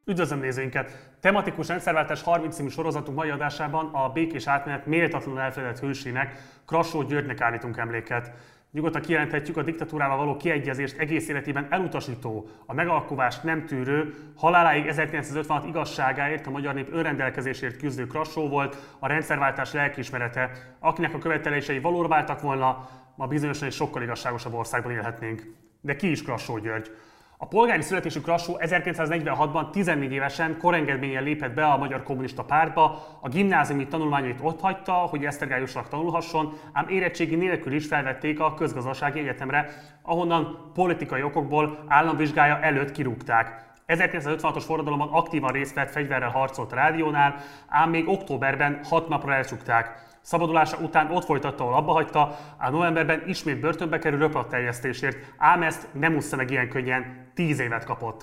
Üdvözlöm nézőinket! Tematikus rendszerváltás 30 című sorozatunk mai adásában a békés átmenet méltatlanul elfeledett hősének, Krassó Györgynek állítunk emléket. Nyugodtan kijelenthetjük, a diktatúrával való kiegyezést egész életében elutasító, a megalkuvást nem tűrő, haláláig 1956 igazságáért, a magyar nép önrendelkezésért küzdő Krassó volt a rendszerváltás lelkiismerete, akinek a követelései valóra váltak volna, ma bizonyosan egy sokkal igazságosabb országban élhetnénk. De ki is Krassó György? A polgári születésű Krassó 1946-ban 14 évesen korengedménnyel lépett be a Magyar Kommunista Pártba, a gimnáziumi tanulmányait ott hagyta, hogy esztergályosnak tanulhasson, ám érettségi nélkül is felvették a Közgazdasági Egyetemre, ahonnan politikai okokból államvizsgája előtt kirúgták. 1956-os forradalomban aktívan részt vett, fegyverrel harcolt a rádiónál, ám még októberben 6 napra elcsukták. Szabadulása után ott folytatta, ahol abba hagyta, ám novemberben ismét börtönbe kerül röplatterjesztésért, ám ezt nem ússza meg ilyen könnyen, 10 évet kapott.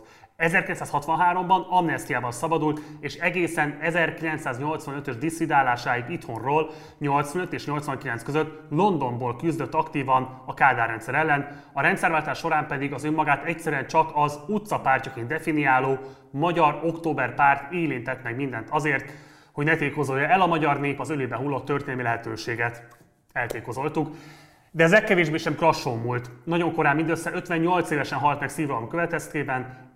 1963-ban amnesztiával szabadult, és egészen 1985-ös disszidálásáig itthonról 85 és 89 között Londonból küzdött aktívan a Kádár rendszer ellen, a rendszerváltás során pedig az önmagát egyszerűen csak az utcapártjaként definiáló Magyar Október Párt élén tett meg mindent azért, hogy ne tékozolja el a magyar nép az ölébe hullott történelmi lehetőséget. Eltékozoltuk. De ez legkevésbé sem Krassón múlt. Nagyon korán, mindössze 58 évesen halt meg szívroham következtében,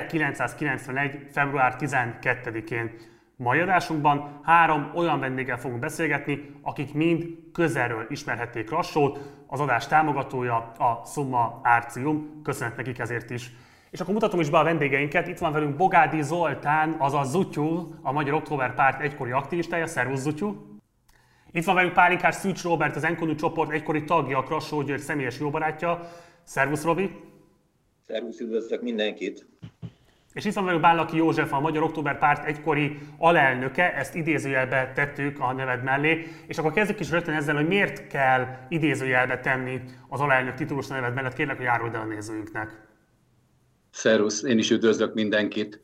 1991. február 12-én. Mai adásunkban 3 olyan vendéggel fogunk beszélgetni, akik mind közelről ismerhették Krassót. Az adás támogatója a Summa Artium, köszönet nekik ezért is. És akkor mutatom is be a vendégeinket. Itt van velünk Bogádi Zoltán, azaz Zutyu, a Magyar Október Párt egykori aktivistája. Szervusz, Zutyu! Itt van velünk Pálinkás Szűcs Róbert, az Enkonu csoport egykori tagja, a Krassó György személyes jóbarátja. Szervusz, Robi! Szervusz, üdvözlök mindenkit! És itt van velünk Bánlaki József, a Magyar Október Párt egykori alelnöke, ezt idézőjelbe tettük a neved mellé. És akkor kezdjük is rögtön ezzel, hogy miért kell idézőjelbe tenni az alelnök titulust a neved mellett. Kérlek, hogy áruld el a nézőinknek. Szervusz, én is üdvözlök mindenkit.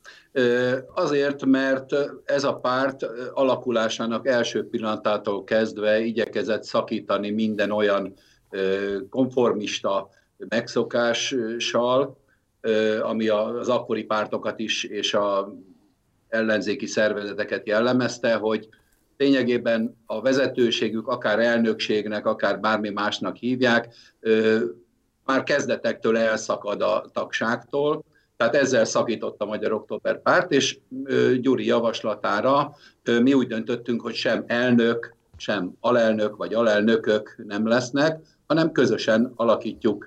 Azért, mert ez a párt alakulásának első pillanatától kezdve igyekezett szakítani minden olyan konformista megszokással, ami az akkori pártokat is és az ellenzéki szervezeteket jellemezte, hogy lényegében a vezetőségük, akár elnökségnek, akár bármi másnak hívják, már kezdetektől elszakad a tagságtól, tehát ezzel szakított a Magyar Október Párt, és Gyuri javaslatára mi úgy döntöttünk, hogy sem elnök, sem alelnök vagy alelnökök nem lesznek, hanem közösen alakítjuk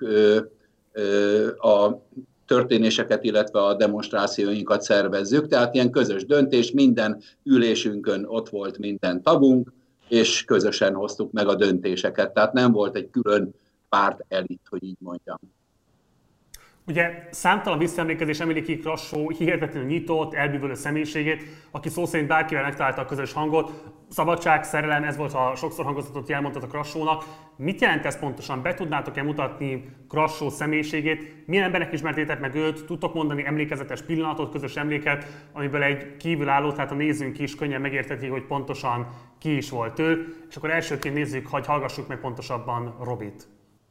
a történéseket, illetve a demonstrációinkat szervezzük. Tehát ilyen közös döntés, minden ülésünkön ott volt minden tagunk, és közösen hoztuk meg a döntéseket. Tehát nem volt egy külön párt elit, hogy így mondjam. Ugye számtalan visszaemlékezés emeli ki Krassó hihetetlenül nyitott, elbűvölő személyiségét, aki szó szerint bárkivel megtalálta a közös hangot. Szabadság, szerelem, ez volt a sokszor hangoztatott jelmondat a Krassónak. Mit jelent ez pontosan? Be tudnátok-e mutatni Krassó személyiségét? Milyen embernek ismertétek meg őt? Tudtok mondani emlékezetes pillanatot, közös emléket, amiből egy kívülálló, tehát a nézőnk is könnyen megérteti, hogy pontosan ki is volt ő. És akkor elsőként nézzük, hogy hallgassuk meg pontosabban Robit.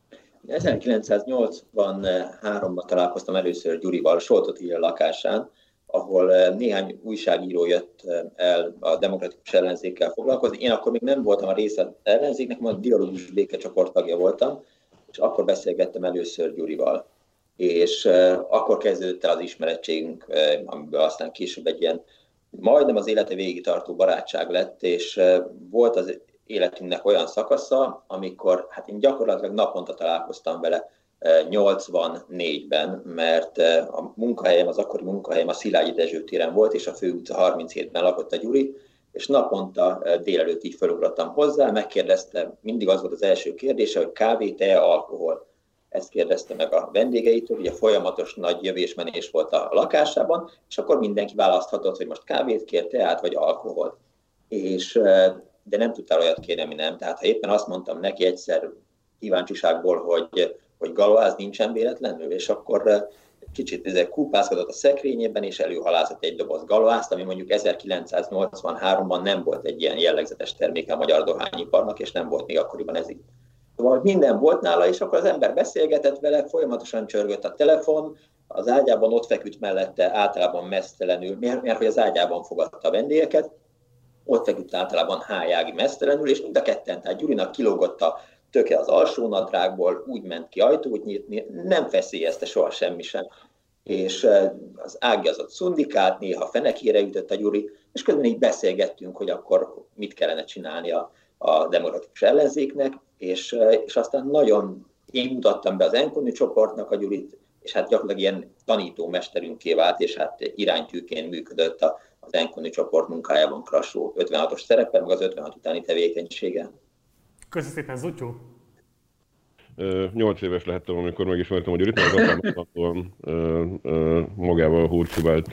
1983-ban találkoztam először Gyurival Soltoti lakásán, ahol néhány újságíró jött el a demokratikus ellenzékkel foglalkozni. Én akkor még nem voltam a része ellenzéknek, majd a dialógus békecsoport tagja voltam, és akkor beszélgettem először Gyurival. És akkor kezdődött el az ismerettségünk, amiből aztán később egy ilyen majdnem az élete végig tartó barátság lett, és volt az életünknek olyan szakasza, amikor hát én gyakorlatilag naponta találkoztam vele 84-ben, mert a munkahelyem, az akkori munkahelyem a Szilágyi Dezső téren volt, és a Főutca 37-ben lakott a Gyuri, és naponta délelőtt így felugrottam hozzá, megkérdezte, mindig az volt az első kérdése, hogy kávé, tea, alkohol. Ezt kérdezte meg a vendégeitől, ugye folyamatos nagy jövésmenés volt a lakásában, és akkor mindenki választhatott, hogy most kávét kér, teát vagy alkohol. És de nem tudtál olyat kérni, ami nem. Tehát ha éppen azt mondtam neki egyszer kíváncsiságból, hogy galoáz nincsen véletlenül, és akkor kicsit kúpászkodott a szekrényében, és előhalázott egy doboz galoázt, ami mondjuk 1983-ban nem volt egy ilyen jellegzetes terméke a magyar dohányiparnak, és nem volt még akkoriban ez így. Szóval minden volt nála, és akkor az ember beszélgetett vele, folyamatosan csörgött a telefon, Az ágyában ott feküdt mellette, általában meztelenül, mert hogy az ágyában fogadta a vendégeket, ott feküdt általában Hájági meztelenül, és mind a ketten, tehát Gyurinak kilógott a töke az alsónadrágból, úgy ment ki ajtót nyitni, nem feszélyezte soha semmi sem. És az Ági az ott szundikált, néha fenekére ütött a Gyuri, és közben így beszélgettünk, hogy akkor mit kellene csinálni a demokratikus ellenzéknek, és aztán nagyon én mutattam be az Enkoni csoportnak a Gyurit, és hát gyakorlatilag ilyen tanítómesterünké vált, és hát iránytűként működött az Enkoni csoport munkájában Krassó 56-os szereppel, meg az 56 utáni tevékenysége. Köszönöm szépen, Zuttyó! 8 éves lehettem, amikor megismertem a Gyurit, mert apám magával hurcibált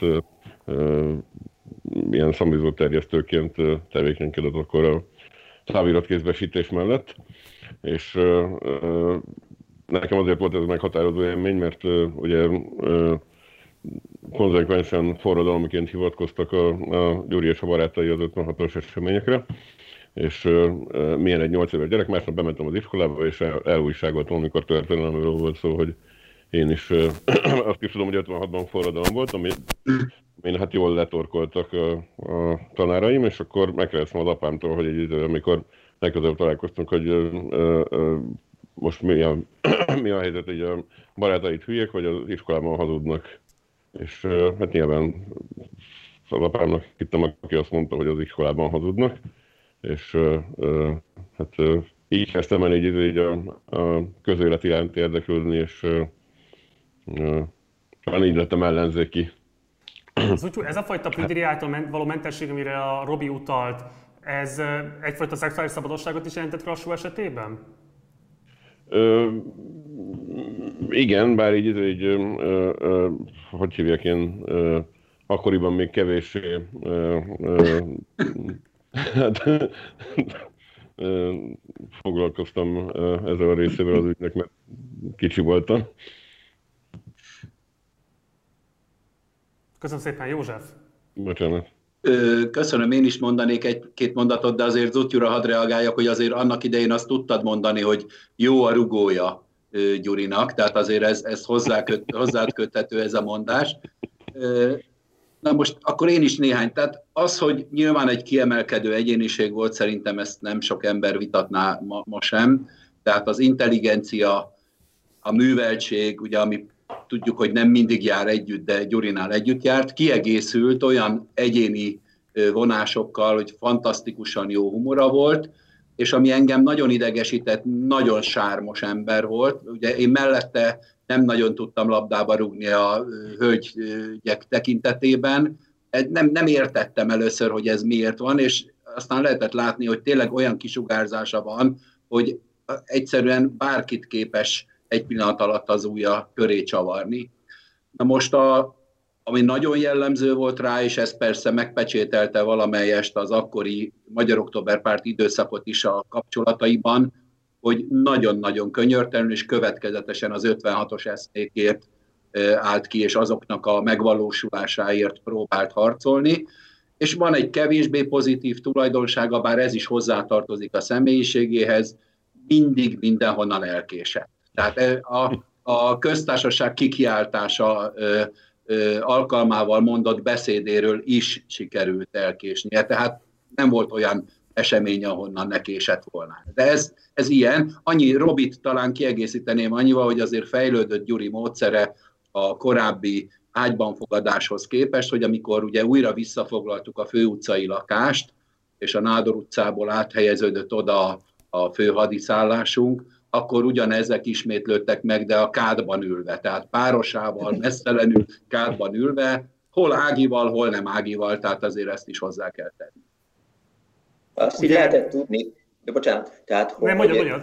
ilyen szamizó terjesztőként tevékenykedett akkor a táviratkézbesítés mellett, és nekem azért volt ez meghatározó élmény, mert ugye konzekvensen forradalomként hivatkoztak a Gyuri és a barátai az 56-os eseményekre, és milyen egy 8 éves gyerek, másnap bementem az iskolába, és elújságoltam, amikor történelemről volt szó, hogy én is azt is tudom, hogy 56-ban forradalom volt, amin hát jól letorkoltak a tanáraim, és akkor megkérdeztem az apámtól, hogy amikor legközelebb találkoztunk, hogy most mi a helyzet, hogy a barátaid hülyék, vagy az iskolában hazudnak. És hát nyilván az apámnak hittem, aki azt mondta, hogy az iskolában hazudnak. És hát így kezdtem el így a közélet iránt érdeklődni, és talán így lettem ellenzéki. Ez a fajta Püdiri által való mentesség, amire a Robi utalt, ez egyfajta szexuális szabadosságot is jelentett Krassó esetében? Igen, bár így hogy hívják én, akkoriban még kevéssé foglalkoztam ezzel a részével az ügynek, mert kicsi voltam. Köszönöm szépen, József! Bocsánat. Köszönöm, én is mondanék egy-két mondatot, de azért Zuttyúra hadd reagáljak, hogy azért annak idején azt tudtad mondani, hogy jó a rugója Gyurinak, tehát azért ez hozzád köthető ez a mondás. Na most akkor én is néhány. Tehát az, hogy nyilván egy kiemelkedő egyéniség volt, szerintem ezt nem sok ember vitatná ma sem. Tehát az intelligencia, a műveltség, ugye, ami tudjuk, hogy nem mindig jár együtt, de Gyurinál együtt járt, kiegészült olyan egyéni vonásokkal, hogy fantasztikusan jó humora volt, és ami engem nagyon idegesített, nagyon sármos ember volt. Ugye én mellette nem nagyon tudtam labdába rúgni a hölgyek tekintetében. Nem értettem először, hogy ez miért van, és aztán lehetett látni, hogy tényleg olyan kisugárzása van, hogy egyszerűen bárkit képes egy pillanat alatt az ujja köré csavarni. Na most, ami nagyon jellemző volt rá, és ez persze megpecsételte valamelyest az akkori Magyar Október Párt időszakot is a kapcsolataiban, hogy nagyon-nagyon könyörtelenül és következetesen az 56-os eszmékért állt ki, és azoknak a megvalósulásáért próbált harcolni. És van egy kevésbé pozitív tulajdonsága, bár ez is hozzátartozik a személyiségéhez, mindig mindenhonnan elkésett. Tehát a köztársaság kikiáltása alkalmával mondott beszédéről is sikerült elkésnie, tehát nem volt olyan esemény, ahonnan ne késett volna. De ez ilyen. Annyi Robit talán kiegészíteném annyival, hogy azért fejlődött Gyuri módszere a korábbi ágybanfogadáshoz képest, hogy amikor ugye újra visszafoglaltuk a főutcai lakást, és a Nádor utcából áthelyeződött oda a fő hadiszállásunk, akkor ugyanezek ismétlődtek meg, de a kádban ülve, tehát párosával, messzelenül kádban ülve, hol Ágival, hol nem Ágival, tehát azért ezt is hozzá kell tenni. Azt így lehetett tudni, de bocsánat, tehát hogy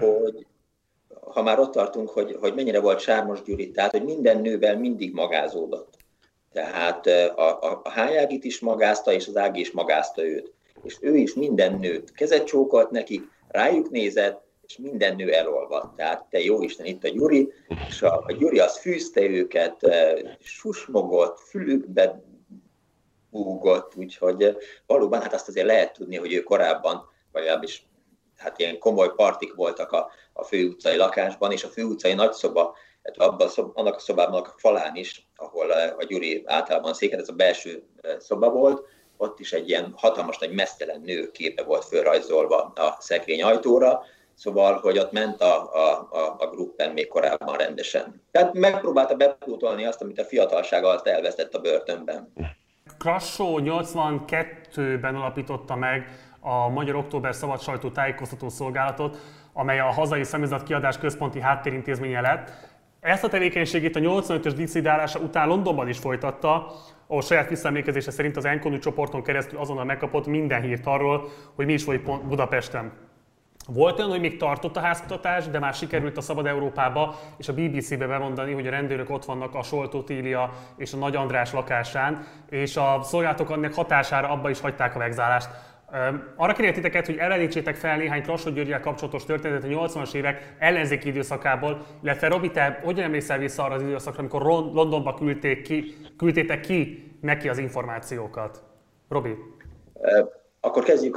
ha már ott tartunk, hogy mennyire volt sármos Gyuri, tehát hogy minden nővel mindig magázódott. Tehát a Hájágit is magázta, és az Ági is magázta őt. És ő is minden nőt kezet csókolt nekik, rájuk nézett, és minden nő elolvadt. Tehát te jó Isten, itt a Gyuri, és a Gyuri az fűzte őket, susmogott, fülükbe búgott, úgyhogy valóban hát azt azért lehet tudni, hogy ő korábban, vagy legalábbis hát ilyen komoly partik voltak a főutcai lakásban, és a főutcai nagyszoba, annak a szobában a falán is, ahol a Gyuri általában széket, ez a belső szoba volt, ott is egy ilyen hatalmas nagy meztelen nő képe volt fölrajzolva a szekrény ajtóra, szóval, hogy ott ment a gruppen még korábban rendesen. Tehát megpróbálta bepótolni azt, amit a fiatalság alatt elvesztett a börtönben. Krassó 82-ben alapította meg a Magyar Október Szabad Sajtó Tájékoztató Szolgálatot, amely a hazai személyzatkiadás központi háttérintézménye lett. Ezt a tevékenységét a 85-ös disszidálása után Londonban is folytatta, ahol saját visszaemlékezése szerint az Enconu csoporton keresztül azonnal megkapott minden hírt arról, hogy mi is folyik Budapesten. Volt olyan, hogy még tartott a házkutatás, de már sikerült a Szabad Európába és a BBC-be bemondani, hogy a rendőrök ott vannak a Soltó Tília és a Nagy András lakásán, és a szolgálatok annak hatására abba is hagyták a vegzálást. Arra kérlek titeket, hogy ellenítsétek fel néhány Krassó-Györggyel kapcsolatos történetet a 80-as évek ellenzéki időszakából, illetve Robi, te hogyan emlékszel vissza arra az időszakra, amikor Londonba küldtétek ki neki az információkat? Robi? Akkor kezdjük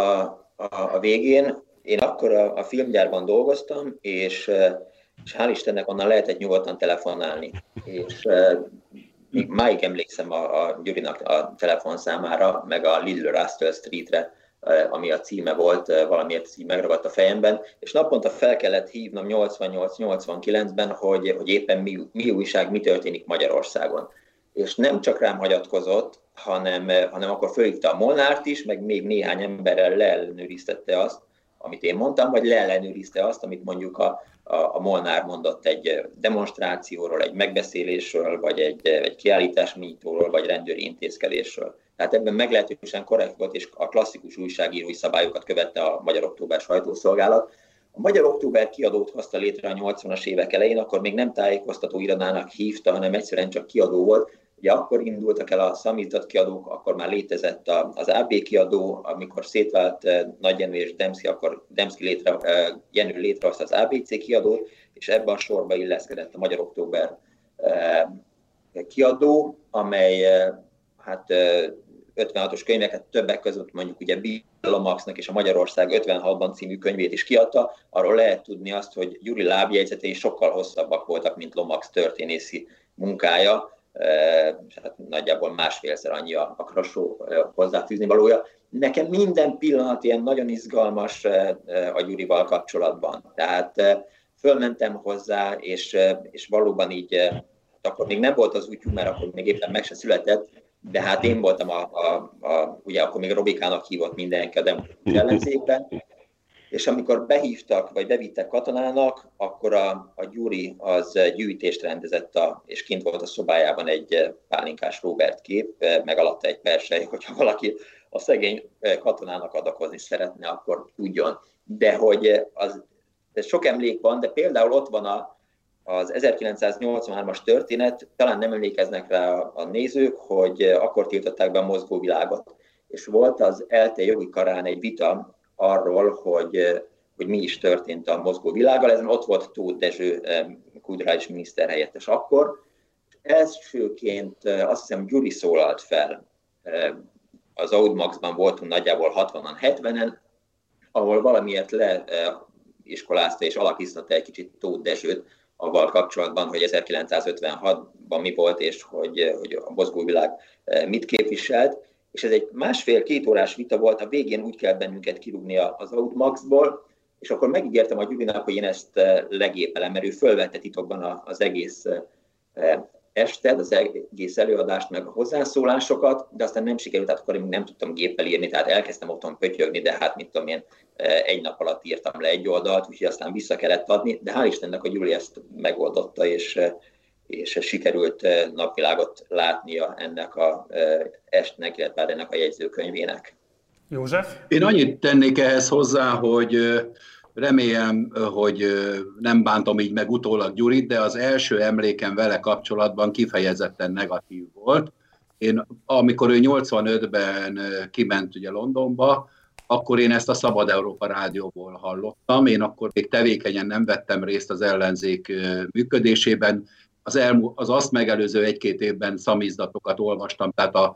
a végén. Én akkor a filmgyárban dolgoztam, és hál' Istennek onnan lehetett nyugodtan telefonálni. És még máig emlékszem a Gyurinak a telefonszámára, meg a Little Russell Streetre, ami a címe volt, valamiért így megragadt a fejemben, és naponta fel kellett hívnom 88-89-ben, hogy éppen mi újság, mi történik Magyarországon. És nem csak rám hagyatkozott, hanem akkor fölhívta a Molnárt is, meg még néhány emberrel leellenőriztette azt, amit én mondtam, vagy leellenőrizte azt, amit mondjuk a Molnár mondott egy demonstrációról, egy megbeszélésről, vagy egy kiállításnyitóról, vagy rendőri intézkedésről. Tehát ebben meglehetősen korrekt volt, és a klasszikus újságírói szabályokat követte a Magyar Október sajtószolgálat. A Magyar Október kiadót hozta létre a 80-as évek elején, akkor még nem tájékoztató irodának hívta, hanem egyszerűen csak kiadó volt. Ugye akkor indultak el a szamizdat kiadók, akkor már létezett az AB kiadó, amikor szétvált Nagy Jenő és Demszky, akkor Jenő létrehozta az ABC kiadót, és ebben a sorba illeszkedett a Magyar Október kiadó, amely 56-os könyveket, többek között mondjuk ugye Lomaxnak és a Magyarország 56-ban című könyvét is kiadta. Arról lehet tudni azt, hogy Gyuri lábjegyzetei sokkal hosszabbak voltak, mint Lomax történészi munkája. Hát nagyjából másfélszer annyi a Krassó hozzáfűzni valója. Nekem minden pillanat ilyen nagyon izgalmas a Gyurival kapcsolatban. Tehát fölmentem hozzá, és valóban így, akkor még nem volt az útjuk, mert akkor még éppen meg se született, de hát én voltam ugye akkor még Robikának hívott mindenki a demokratikus ellenzékben, és amikor behívtak, vagy bevittek katonának, akkor a Gyuri az gyűjtést rendezett, és kint volt a szobájában egy pálinkás Róbert kép, meg alatta egy persely, hogyha valaki a szegény katonának adakozni szeretne, akkor tudjon. De hogy ez sok emlék van, de például ott van az 1983-as történet, talán nem emlékeznek rá a nézők, hogy akkor tiltották be a mozgóvilágot. És volt az ELTE jogi karán egy vita arról, hogy mi is történt a mozgóvilággal. Ezen ott volt Tóth Dezső kulturális miniszterhelyettes akkor. Elsőként azt hiszem Gyuri szólalt fel, az Audmaxban voltunk nagyjából 60-an, 70-en, ahol valamiért leiskolázta és alakította egy kicsit Tóth Dezsőt avval kapcsolatban, hogy 1956-ban mi volt, és hogy a mozgóvilág mit képviselt. És ez egy másfél-két órás vita volt, a végén úgy kell bennünket kirúgni az Audmaxból, és akkor megígértem a Gyurinak, hogy én ezt legépelem, mert ő fölvette titokban az egész estet, az egész előadást, meg a hozzászólásokat, de aztán nem sikerült, tehát akkor én nem tudtam géppel írni, tehát elkezdtem otthon pötyögni, de hát mit tudom én, egy nap alatt írtam le egy oldalt, úgyhogy aztán vissza kellett adni, de hál' Istennek a Gyuri ezt megoldotta, és sikerült napvilágot látnia ennek a estnek, illetve ennek a jegyzőkönyvének. József? Én annyit tennék ehhez hozzá, hogy remélem, hogy nem bántom így meg utólag Gyurit, de az első emlékem vele kapcsolatban kifejezetten negatív volt. Én, amikor ő 85-ben kiment ugye Londonba, akkor én ezt a Szabad Európa rádióból hallottam. Én akkor még tevékenyen nem vettem részt az ellenzék működésében. Az azt megelőző egy-két évben szamizdatokat olvastam, tehát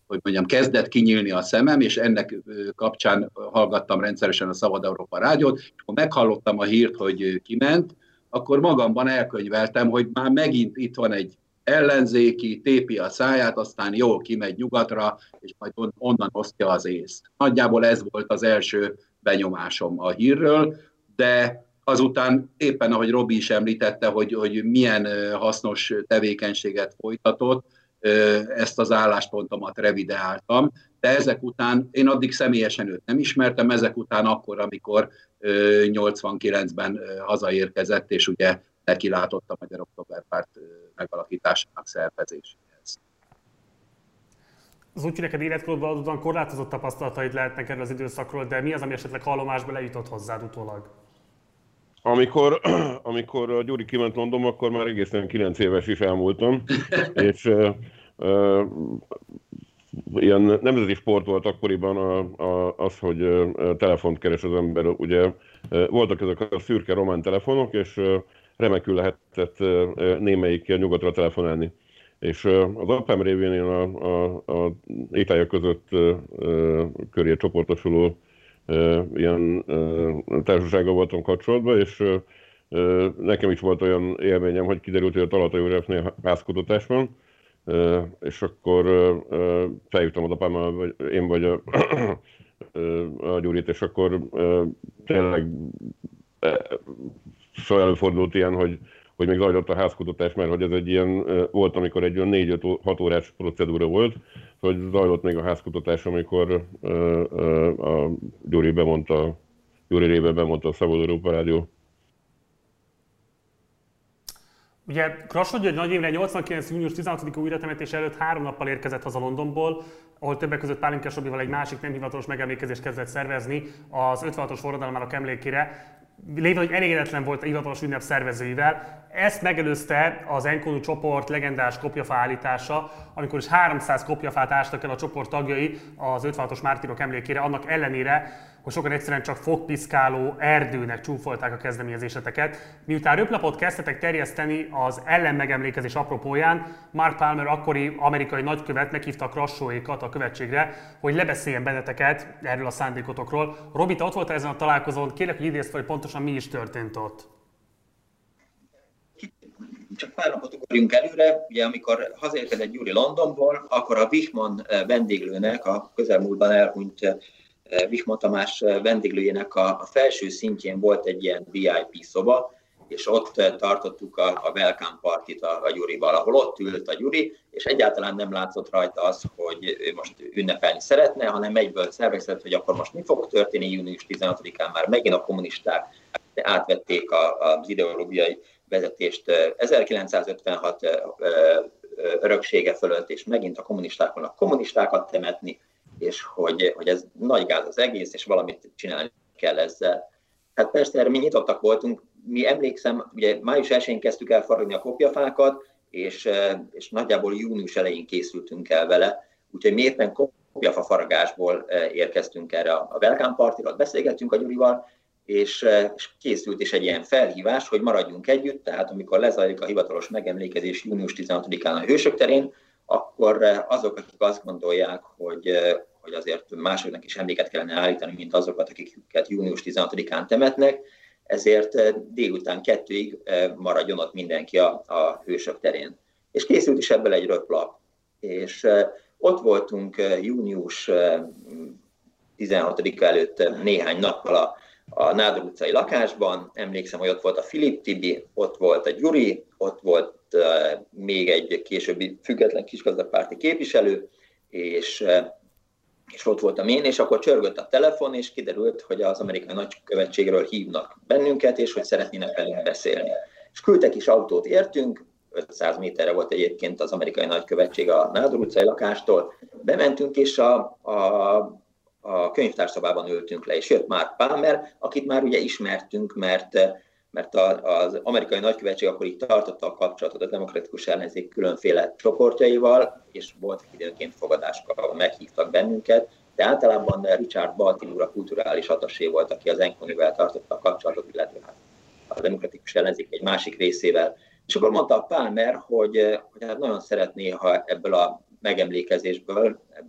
mondjam, kezdett kinyílni a szemem, és ennek kapcsán hallgattam rendszeresen a Szabad Európa Rádiót, és akkor meghallottam a hírt, hogy kiment, akkor magamban elkönyveltem, hogy már megint itt van egy ellenzéki, tépi a száját, aztán jól kimegy nyugatra, és majd onnan osztja az észt. Nagyjából ez volt az első benyomásom a hírről, de azután éppen, ahogy Robi is említette, hogy milyen hasznos tevékenységet folytatott, ezt az álláspontomat revideáltam, de ezek után, én addig személyesen őt nem ismertem, ezek után akkor, amikor 89-ben hazaérkezett, és ugye nekilátott a Magyar Októberpárt megalakításának szervezéséhez. Az úgy, hogy neked életkorodban adódóan korlátozott tapasztalataid lehetnek erről az időszakról, de mi az, ami esetleg hallomásba lejutott hozzád utólag? Amikor a Gyuri kiment Londonba, akkor már egészen 9 éves is elmúltam, és ilyen nemzeti sport volt akkoriban az, hogy telefont keres az ember. Ugye voltak ezek a szürke román telefonok, és remekül lehetett némelyikkel nyugatra telefonálni. És az apám révén én a étályok között köré csoportosuló ilyen társasággal voltam kapcsolatban, és nekem is volt olyan élményem, hogy kiderült, hogy a Talatai Józsefnél házkutatás van, és akkor felhívtam az apámmal, vagy én vagy a Gyurit, és akkor tényleg soha előfordult ilyen, hogy még zajlott a házkutatás, mert hogy ez egy ilyen volt, amikor egy olyan 4-6 órás procedúra volt, hogy zajlott még a házkutatás, amikor a Gyuri révén bemondta a Szabad Európa Rádió. Ugye Krassó György Nagy Imre 89. június 16-a újratemetés előtt 3 nappal érkezett haza Londonból, ahol többek között Pálinkás Robival egy másik nem hivatalos megemlékezést kezdett szervezni az 56-os forradalmának emlékére, lévén, hogy elégedetlen volt a hivatalos ünnep szervezőivel. Ezt megelőzte az Enkonu csoport legendás kopjafa állítása, amikor is 300 kopjafát ástak el a csoport tagjai az 56-os mártírok emlékére, annak ellenére, hogy sokan egyszerűen csak fogpiszkáló erdőnek csúfolták a kezdeményezéseteket. Miután röplapot kezdtetek terjeszteni az ellenmegemlékezés apropóján, Mark Palmer akkori amerikai nagykövet meghívta a Krassóékat a követségre, hogy lebeszéljen benneteket erről a szándékotokról. Robi, te ott voltál ezen a találkozón, kérlek, hogy idézd fel, hogy pontosan mi is történt ott. Csak pár napot ugorjunk előre, ugye amikor hazaérkezett Gyuri Londonból, akkor a Wichmann vendéglőnek, a közelmúltban elhunyt Wichmann Tamás vendéglőjének a felső szintjén volt egy ilyen VIP szoba, és ott tartottuk a welcome partit a Gyurival, ahol ott ült a Gyuri, és egyáltalán nem látszott rajta az, hogy ő most ünnepelni szeretne, hanem egyből szervezett, hogy akkor most mi fog történni június 16-án, már megint a kommunisták átvették az ideológiai vezetést 1956 öröksége fölött, és megint a kommunisták vannak kommunistákat temetni, és hogy ez nagy gáz az egész, és valamit csinálni kell ezzel. Hát persze erre mi nyitottak voltunk, mi emlékszem, ugye május 1-én kezdtük el faragni a kopjafákat, és nagyjából június elején készültünk el vele, úgyhogy mi éppen kopjafa faragásból érkeztünk erre a welcome partira, beszélgettünk a Gyurival, és készült is egy ilyen felhívás, hogy maradjunk együtt, tehát amikor lezajlik a hivatalos megemlékezés június 16-án a Hősök terén, akkor azok, akik azt gondolják, hogy azért másoknak is emléket kellene állítani, mint azokat, akiket június 16-án temetnek, ezért délután 2-ig maradjon ott mindenki a Hősök terén. És készült is ebből egy röplap. És ott voltunk június 16-a előtt néhány nappal a Nádor utcai lakásban. Emlékszem, hogy ott volt a Filip Tibi, ott volt a Gyuri, ott volt még egy későbbi független kisgazdapárti képviselő, és ott voltam én, és akkor csörgött a telefon, és kiderült, hogy az amerikai nagykövetségről hívnak bennünket, és hogy szeretnének velünk beszélni. És küldtek is autót, értünk, 500 méterre volt egyébként az amerikai nagykövetség a Nádor utcai lakástól. Bementünk, és a könyvtárszobában ültünk le, és jött Mark Palmer, akit már ugye ismertünk, mert az amerikai nagykövetség akkor így tartotta a kapcsolatot a demokratikus ellenzék különféle csoportjaival, és volt időnként fogadáskor, ahol meghívtak bennünket, de általában Richard Baltimore a kulturális attaché volt, aki az Enkonivel tartotta a kapcsolatot, illetve a demokratikus ellenzék egy másik részével. És akkor mondta a Palmer, hogy hát nagyon szeretné, ha ebből a megemlékezésből,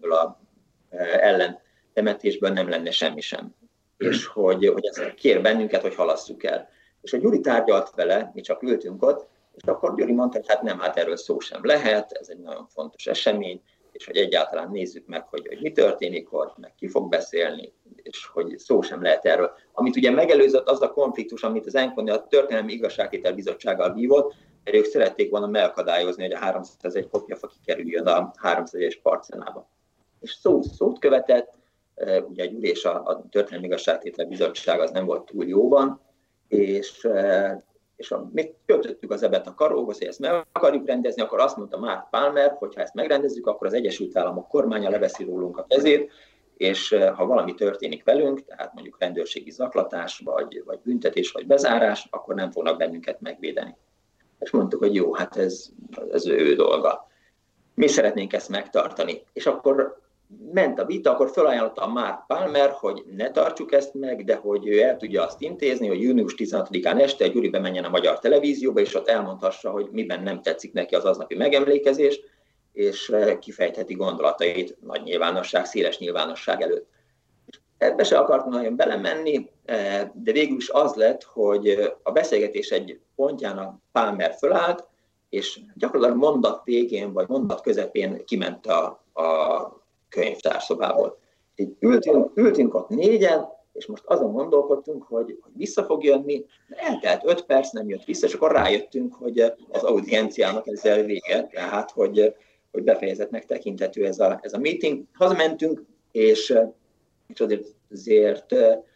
ebből a ellentemetésből nem lenne semmi sem. És hogy ezt kér bennünket, hogy halasszuk el. És a Gyuri tárgyalt vele, mi csak ültünk ott, és akkor Gyuri mondta, hogy hát nem, hát erről szó sem lehet, ez egy nagyon fontos esemény, és hogy egyáltalán nézzük meg, hogy mi történik ott, meg ki fog beszélni, és hogy szó sem lehet erről. Amit ugye megelőzött az a konfliktus, amit az ENKON a Történelmi Igazságtétel Bizottsággal vívott, mert ők szerették volna megakadályozni, hogy a 301 kopjafa kikerüljön a 301-es parcellába. És szót követett, ugye a Gyuri és a Történelmi Igazságtétel Bizottság az nem volt túl jóban, és mi kötöttük az ebet a karóhoz, hogy ezt meg akarjuk rendezni, akkor azt mondta Mark Palmer, hogy ha ezt megrendezzük, akkor az Egyesült Államok kormánya leveszi rólunk a kezét, és ha valami történik velünk, tehát mondjuk rendőrségi zaklatás, vagy büntetés, vagy bezárás, akkor nem fognak bennünket megvédeni. És mondtuk, hogy jó, hát ez ő dolga. Mi szeretnénk ezt megtartani. És akkor ment a vita, akkor felajánlotta a Mark Palmer, hogy ne tartsuk ezt meg, de hogy ő el tudja azt intézni, hogy június 16-án este Gyuri bemenjen a Magyar Televízióba, és ott elmondhassa, hogy miben nem tetszik neki az aznapi megemlékezés, és kifejtheti gondolatait nagy nyilvánosság, széles nyilvánosság előtt. Ebbe se akart nagyon belemenni, de végül is az lett, hogy a beszélgetés egy pontján a Palmer fölállt, és gyakorlatilag mondat végén, vagy mondat közepén kiment a könyvtárszobából. Így ültünk ott négyen, és most azon gondolkodtunk, hogy vissza fog jönni, de eltelt 5 perc, nem jött vissza, és akkor rájöttünk, hogy az audienciának ezzel vége, tehát hogy befejezettnek tekintető ez a meeting. Hazamentünk, és azért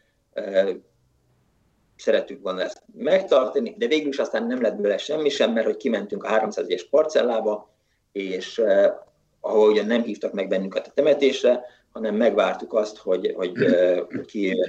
szerettük volna ezt megtartani, de végül is aztán nem lett belőle semmi sem, mert hogy kimentünk a 301-es parcellába, és ahol ugye nem hívtak meg bennünket a temetésre, hanem megvártuk azt, hogy kijöjjön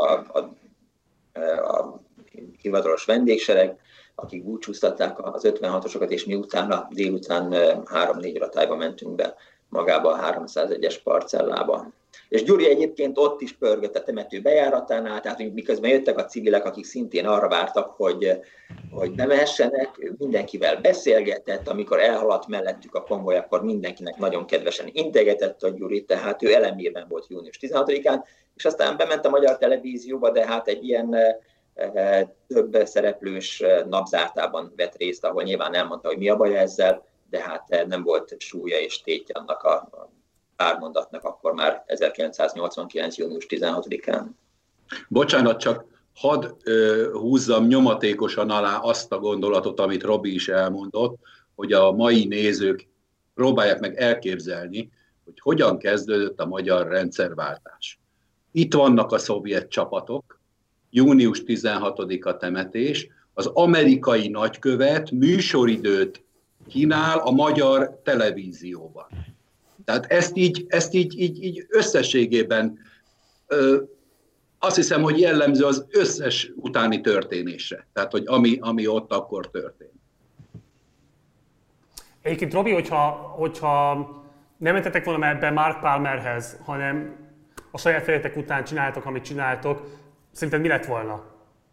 a hivatalos vendégsereg, akik búcsúztatták az 56-osokat, és mi utána délután 3-4 ratályba mentünk be magába a 301-es parcellába. És Gyuri egyébként ott is pörgött a temető bejáratánál, tehát miközben jöttek a civilek, akik szintén arra vártak, hogy bemehessenek, mindenkivel beszélgetett, amikor elhaladt mellettük a konvoj, akkor mindenkinek nagyon kedvesen integetett a Gyuri, tehát ő elemében volt június 16-án, és aztán bement a Magyar Televízióba, de hát egy ilyen több szereplős napzártában vett részt, ahol nyilván elmondta, hogy mi a baj ezzel, de hát nem volt súlya és tétje annak a pármondatnak akkor már 1989. június 16-án. Bocsánat, csak hadd húzzam nyomatékosan alá azt a gondolatot, amit Robi is elmondott, hogy a mai nézők próbálják meg elképzelni, hogy hogyan kezdődött a magyar rendszerváltás. Itt vannak a szovjet csapatok, június 16-a temetés, az amerikai nagykövet műsoridőt kínál a Magyar Televízióban. Tehát ezt így összességében azt hiszem, hogy jellemző az összes utáni történésre. Tehát, hogy ami ott akkor történt. Egyébként, Robi, hogyha nem mentetek volna ebbe Mark Palmerhez, hanem a saját fejetek után csináltok, amit csináltok, szerinted mi lett volna?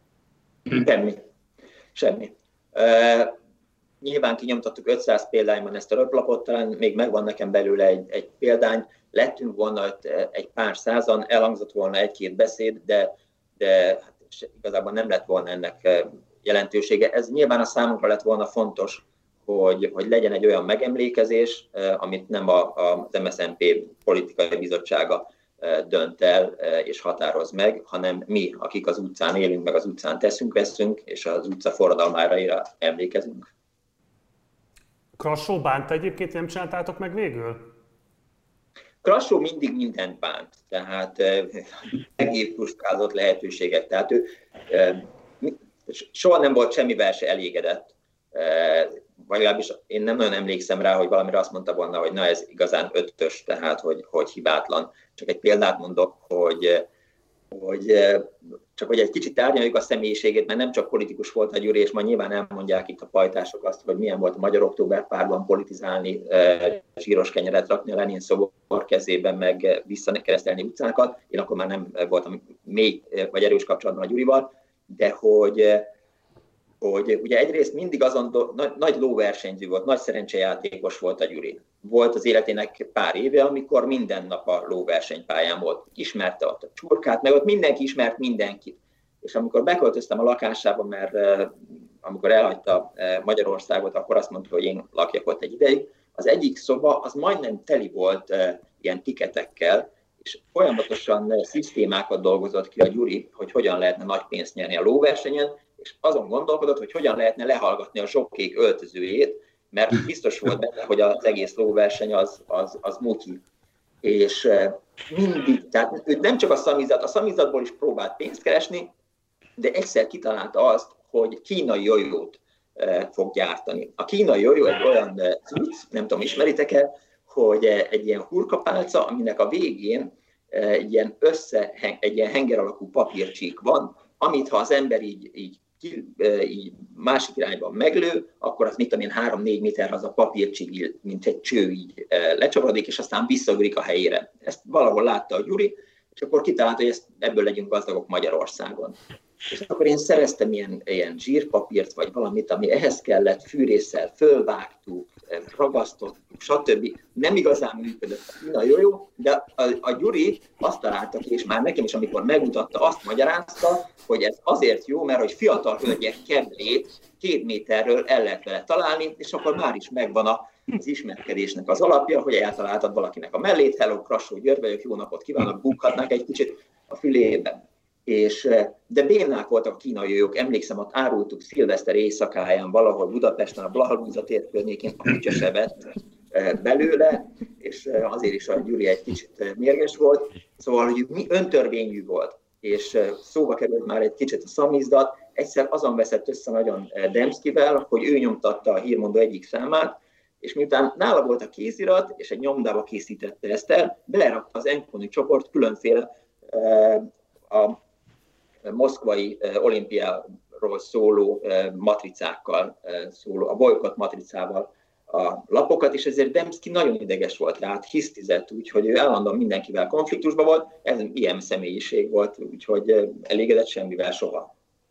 Semmi. Nyilván kinyomtattuk 500 példányban ezt a röplapot, talán még megvan nekem belőle egy példány, lettünk volna egy pár százan, elhangzott volna egy-két beszéd, de igazából nem lett volna ennek jelentősége. Ez nyilván a számunkra lett volna fontos, hogy legyen egy olyan megemlékezés, amit nem az MSZNP politikai bizottsága dönt el és határoz meg, hanem mi, akik az utcán élünk, meg az utcán veszünk, és az utca forradalmára emlékezünk. Krassó bánta egyébként, nem csináltátok meg végül? Krassó mindig mindent bánt, tehát megépuskázott lehetőségek, tehát ő soha nem volt semmivel se elégedett, vagy legalábbis én nem nagyon emlékszem rá, hogy valamire azt mondta volna, hogy na ez igazán 5-ös, tehát hogy hibátlan. Csak egy példát mondok, hogy csak hogy egy kicsit tárgyaljuk a személyiségét, mert nem csak politikus volt a Gyuri, és majd nyilván elmondják itt a pajtások azt, hogy milyen volt a Magyar Októberpártban politizálni, zsíros kenyeret rakni a Lenin szobor kezében, meg visszakeresztelni utcákat. Én akkor már nem voltam mély vagy erős kapcsolatban a Gyurival, de hogy ugye egyrészt mindig azon nagy lóversenyző volt, nagy szerencsejátékos volt a Gyuri. volt az életének pár éve, amikor minden nap a lóversenypályán volt. Ismerte ott a csurkát, meg ott mindenki ismert mindenkit. És amikor beköltöztem a lakásába, mert amikor elhagyta Magyarországot, akkor azt mondta, hogy én lakjak ott egy ideig, az egyik szoba az majdnem teli volt ilyen tiketekkel, és folyamatosan szisztémákat dolgozott ki a Gyuri, hogy hogyan lehetne nagy pénzt nyerni a lóversenyen, és azon gondolkodott, hogy hogyan lehetne lehallgatni a zsokkék öltözőjét, mert biztos volt benne, hogy az egész lóverseny az muti. És mindig, tehát ő nem csak a szamizdatból is próbált pénzt keresni, de egyszer kitalálta azt, hogy kínai jojót fog gyártani. A kínai jojó egy olyan cucc, nem tudom, ismeritek-e, hogy egy ilyen hurkapálca, aminek a végén egy ilyen henger alakú papírcsík van, amit ha az ember így másik irányban meglő, akkor az mit tudom én 3-4 méter az a papírcsík, mint egy cső így lecsavarodik, és aztán visszaugrik a helyére. Ezt valahol látta a Gyuri, és akkor kitalálta, hogy ebből legyünk gazdagok Magyarországon. És akkor én szereztem ilyen zsírpapírt, vagy valamit, ami ehhez kellett, fűrésszel fölvágtuk, ragasztottuk, stb. Nem igazán működött a kínai jojó, de a Gyuri azt találta ki, és már nekem is, amikor megmutatta, azt magyarázta, hogy ez azért jó, mert hogy fiatal hölgyek kedvét 2 méterről el lehet vele találni, és akkor már is megvan az ismerkedésnek az alapja, hogy eltaláltad valakinek a mellét, hello, Krassó György vagyok, jó napot kívánok, bukhatnák egy kicsit a fülében. De bénák voltak a kínai jók, emlékszem, ott árultuk szilveszter éjszakáján valahol Budapesten, a Blahalúza tér környékén, a kutya se vett belőle, és azért is a Gyuri egy kicsit mérges volt. Szóval, hogy öntörvényű volt, és szóba került már egy kicsit a szamizdat. Egyszer azon veszett össze nagyon Demszkivel, hogy ő nyomtatta a hírmondó egyik számát, és miután nála volt a kézirat, és egy nyomdába készítette ezt el, belerakta az Enkoni csoport különféle a moszkvai olimpiáról szóló matricákkal, a bolykott matricával a lapokat, és ezért Demszki nagyon ideges volt rá, hisztizett, úgyhogy ő állandóan mindenkivel konfliktusban volt, ez ilyen személyiség volt, úgyhogy elégedett semmivel soha.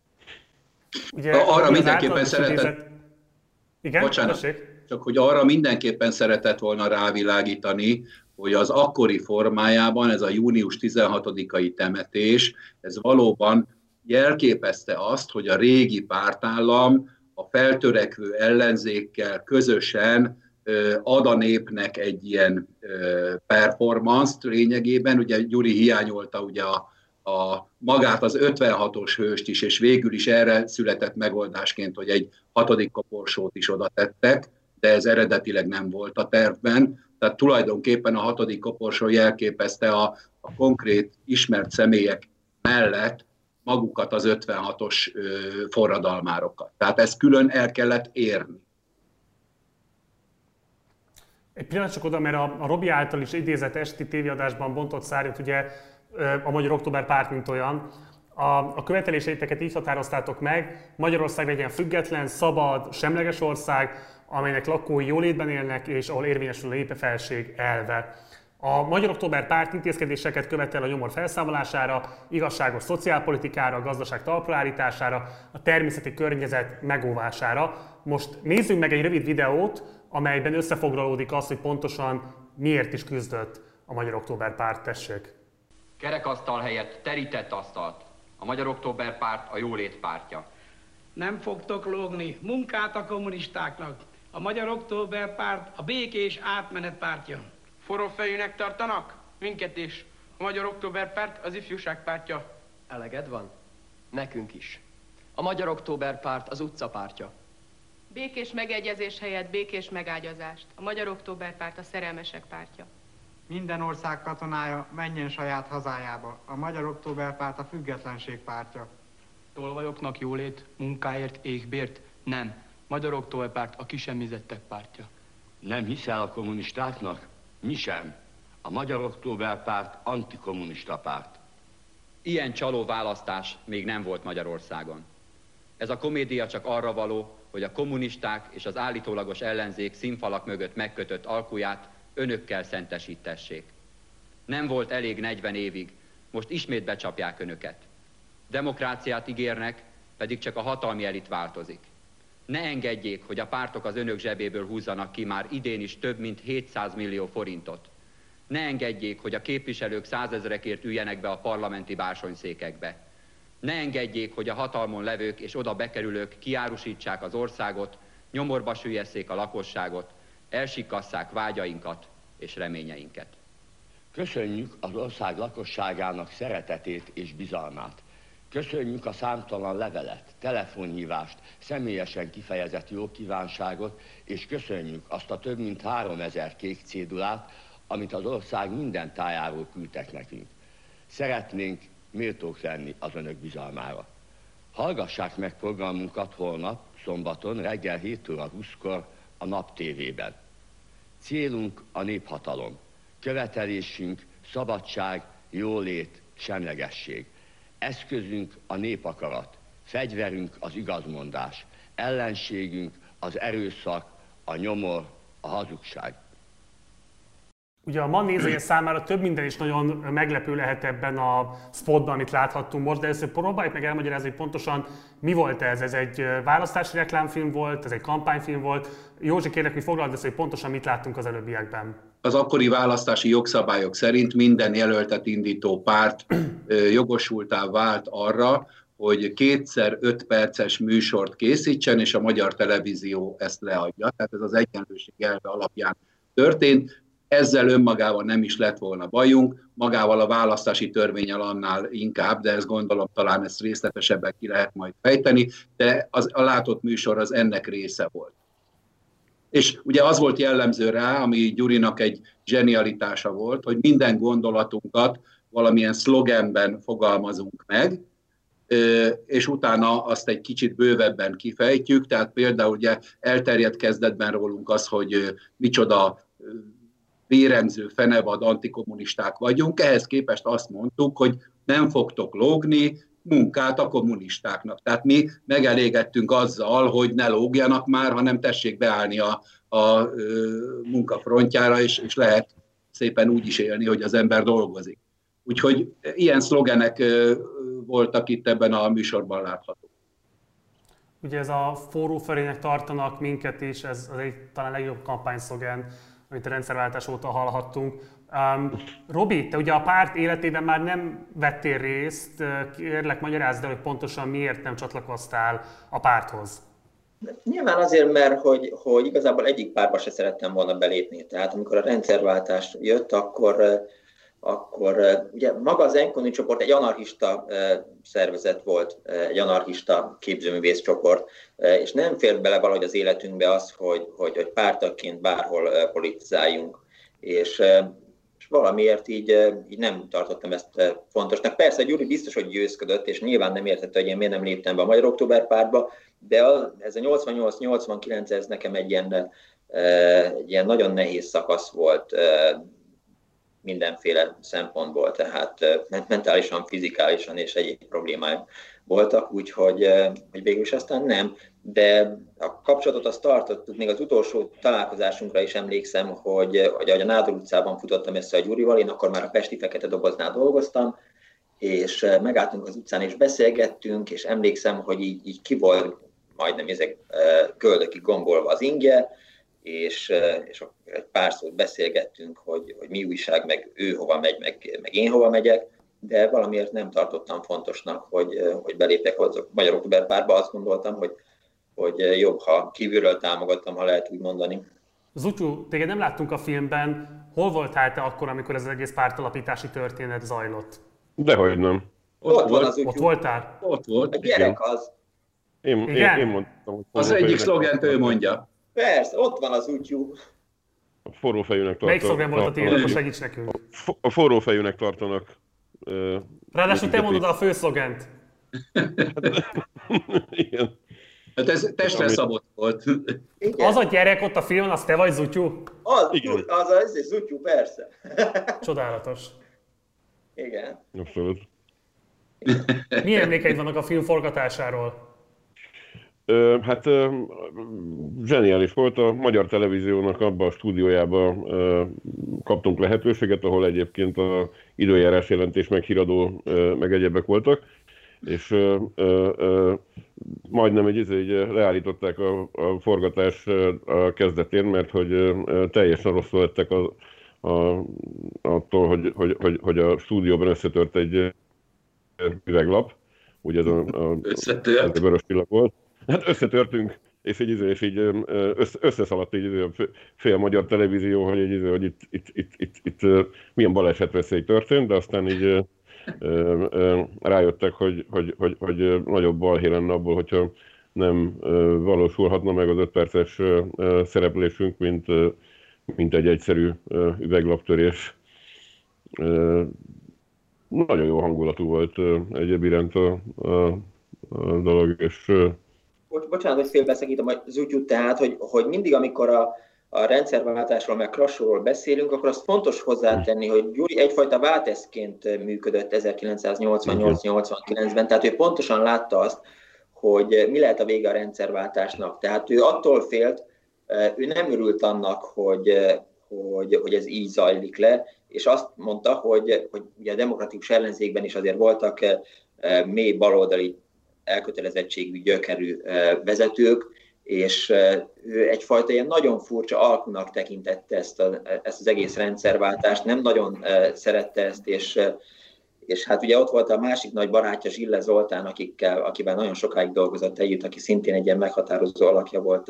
Ugye, arra mindenképpen szeretett... Igen, bocsánat, csak hogy arra mindenképpen szeretett volna rávilágítani, hogy az akkori formájában ez a június 16-ai temetés, ez valóban jelképezte azt, hogy a régi pártállam a feltörekvő ellenzékkel közösen ad a népnek egy ilyen performance-t lényegében. Ugye Gyuri hiányolta ugye magát az 56-os hőst is, és végül is erre született megoldásként, hogy egy 6. koporsót is oda tettek, de ez eredetileg nem volt a tervben. Tehát tulajdonképpen a 6. koporsó jelképezte a konkrét ismert személyek mellett magukat az 56-os forradalmárokat. Tehát ezt külön el kellett érni. Egy pillanat csak oda, mert a Robi által is idézett esti tévéadásban bontott szárnyat, ugye a Magyar Október Párt mint olyan. A követeléseiteket így határoztátok meg, Magyarország legyen független, szabad, semleges ország, amelynek lakói jólétben élnek, és ahol érvényesül a népefelség elve. A Magyar Október Párt intézkedéseket követel a nyomor felszámolására, igazságos szociálpolitikára, a gazdaság talpra állítására, a természeti környezet megóvására. Most nézzünk meg egy rövid videót, amelyben összefoglalódik az, hogy pontosan miért is küzdött a Magyar Október Párt. Tessék! Kerekasztal helyett terített asztalt. A Magyar Október Párt a jólét pártja. Nem fogtok lógni, munkát a kommunistáknak. A Magyar Október Párt a békés átmenet pártja. Forrófejűnek tartanak? Minket is. A Magyar Október Párt az ifjúság pártja. Eleged van? Nekünk is. A Magyar Október Párt az utcapártja. Békés megegyezés helyett békés megágyazást. A Magyar Október Párt a szerelmesek pártja. Minden ország katonája menjen saját hazájába. A Magyar Október Párt a függetlenség pártja. Tolvajoknak jólét, munkáért, égbért? Nem. Magyar Október Párt a kisemmizettek pártja. Nem hiszel a kommunistáknak? Mi sem. A Magyar Október Párt antikommunista párt. Ilyen csaló választás még nem volt Magyarországon. Ez a komédia csak arra való, hogy a kommunisták és az állítólagos ellenzék színfalak mögött megkötött alkuját önökkel szentesítessék. Nem volt elég 40 évig, most ismét becsapják önöket. Demokráciát ígérnek, pedig csak a hatalmi elit változik. Ne engedjék, hogy a pártok az önök zsebéből húzzanak ki már idén is több mint 700 millió forintot. Ne engedjék, hogy a képviselők 100 000-ekért üljenek be a parlamenti bársonyszékekbe. Ne engedjék, hogy a hatalmon levők és oda bekerülők kiárusítsák az országot, nyomorba süllyeszték a lakosságot, elsikasszák vágyainkat és reményeinket. Köszönjük az ország lakosságának szeretetét és bizalmát. Köszönjük a számtalan levelet, telefonhívást, személyesen kifejezett jókívánságot, és köszönjük azt a több mint 3000 kék cédulát, amit az ország minden tájáról küldtek nekünk. Szeretnénk méltók lenni az önök bizalmára. Hallgassák meg programunkat holnap, szombaton, reggel 7 óra 20-kor a Nap TV-ben. Célunk a néphatalom. Követelésünk szabadság, jólét, semlegesség. Eszközünk a népakarat, fegyverünk az igazmondás, ellenségünk az erőszak, a nyomor, a hazugság. Ugye a ma nézője számára több minden is nagyon meglepő lehet ebben a spotban, amit láthattunk most, de először próbáljuk meg elmagyarázni, hogy pontosan mi volt ez. Ez egy választási reklámfilm volt, ez egy kampányfilm volt. Józsi, kérlek, hogy foglald össze, hogy pontosan mit láttunk az előbbiekben. Az akkori választási jogszabályok szerint minden jelöltet indító párt jogosultá vált arra, hogy 2x5 perces műsort készítsen, és a Magyar Televízió ezt leadja. Tehát ez az egyenlőség elve alapján történt. Ezzel önmagával nem is lett volna bajunk, magával a választási törvénnyel annál inkább, de ezt gondolom talán ezt részletesebben ki lehet majd fejteni, de a látott műsor az ennek része volt. És ugye az volt jellemző rá, ami Gyurinak egy zsenialitása volt, hogy minden gondolatunkat valamilyen szlogenben fogalmazunk meg, és utána azt egy kicsit bővebben kifejtjük, tehát például ugye elterjedt kezdetben rólunk az, hogy micsoda vérengző, fenevad, antikommunisták vagyunk, ehhez képest azt mondtuk, hogy nem fogtok lógni, munkát a kommunistáknak. Tehát mi megelégettünk azzal, hogy ne lógjanak már, hanem tessék beállni a munkafrontjára, és lehet szépen úgy is élni, hogy az ember dolgozik. Úgyhogy ilyen szlogenek voltak itt ebben a műsorban láthatók. Ugye ez a forró felének tartanak minket is, ez az egy talán legjobb kampányszlogen, amit a rendszerváltás óta hallhattunk. Robi, te ugye a párt életében már nem vettél részt, kérlek magyarázd el, hogy pontosan miért nem csatlakoztál a párthoz. Nyilván azért, mert hogy igazából egyik pártba se szerettem volna belépni. Tehát amikor a rendszerváltás jött, akkor ugye maga az Enkoni csoport egy anarchista szervezet volt, egy anarchista képzőművész csoport, és nem fért bele valahogy az életünkbe az, hogy pártagként bárhol politizáljunk. És valamiért így nem tartottam ezt fontosnak. Persze Gyuri biztos, hogy győzködött, és nyilván nem értette, hogy én miért nem léptem be a Magyar Október Pártba, de ez a 88-89 ez nekem egy ilyen nagyon nehéz szakasz volt mindenféle szempontból, tehát mentálisan, fizikálisan és egyéb problémáim voltak, úgyhogy végül is aztán nem, de a kapcsolatot azt tartottuk, még az utolsó találkozásunkra is emlékszem, hogy ahogy a Nádor utcában futottam össze a Gyurival, én akkor már a Pesti Fekete Doboznál dolgoztam, és megálltunk az utcán és beszélgettünk, és emlékszem, hogy így ki volt majdnem ezek köldökig gombolva az ingye, és egy pár szót beszélgettünk, hogy mi újság, meg ő hova megy, meg én hova megyek, de valamiért nem tartottam fontosnak, hogy belépek a Magyar Október Pártba. Azt gondoltam, hogy jobb, ha kívülről támogattam, ha lehet úgy mondani. Zutyu, téged nem láttunk a filmben. Hol voltál te akkor, amikor ez az egész pártalapítási történet zajlott? Dehogy nem. Ott van az Zutyu. Ott voltál? Ott volt. A gyerek az. Én mondtam, hogy az egyik szlogent ő mondja. Persze, ott van az Zutyu. A forrófejűnek tartanak. Melyik szlogen volt a tiéd, akkor segíts nekünk. A forrófejűnek tartanak. Ráadásul te mondod a főszlogent. Igen. Hát ez testre szabott volt. Igen. Az a gyerek ott a filmen, az te vagy, Zutyu? Az Zutyu, persze. Csodálatos. Igen. Abszolút. Milyen emlékeid vannak a film forgatásáról? Hát zseniális volt, a Magyar Televíziónak abban a stúdiójában kaptunk lehetőséget, ahol egyébként a időjárás jelentés, meg híradó, meg egyebek voltak, és majdnem így leállították a forgatás a kezdetén, mert hogy teljesen rosszul lettek attól, hogy a stúdióban összetört egy üveglap. Ugye ez a vörös csillag volt. Hát összetörtünk, és így összeszaladt így a fél magyar televízió, hogy itt milyen balesetveszély történt, de aztán így rájöttek, hogy nagyobb balhé lenne abból, hogyha nem valósulhatna meg az 5 perces szereplésünk, mint egy egyszerű üveglaptörés. Nagyon jó hangulatú volt egyéb iránt a dolog, és... Bocsánat, hogy félbeszakítom az útjút, tehát, hogy mindig, amikor a rendszerváltásról, meg Krassóról beszélünk, akkor azt fontos hozzátenni, hogy Gyuri egyfajta válteszként működött 1988-89-ben, tehát ő pontosan látta azt, hogy mi lehet a vége a rendszerváltásnak. Tehát ő attól félt, ő nem örült annak, hogy ez így zajlik le, és azt mondta, hogy ugye a demokratikus ellenzékben is azért voltak mély baloldali elkötelezettségű, gyökerű vezetők, és ő egyfajta ilyen nagyon furcsa alkunak tekintette ezt az egész rendszerváltást, nem nagyon szerette ezt, és hát ugye ott volt a másik nagy barátja, Zsille Zoltán, akivel nagyon sokáig dolgozott együtt, aki szintén egy ilyen meghatározó alakja volt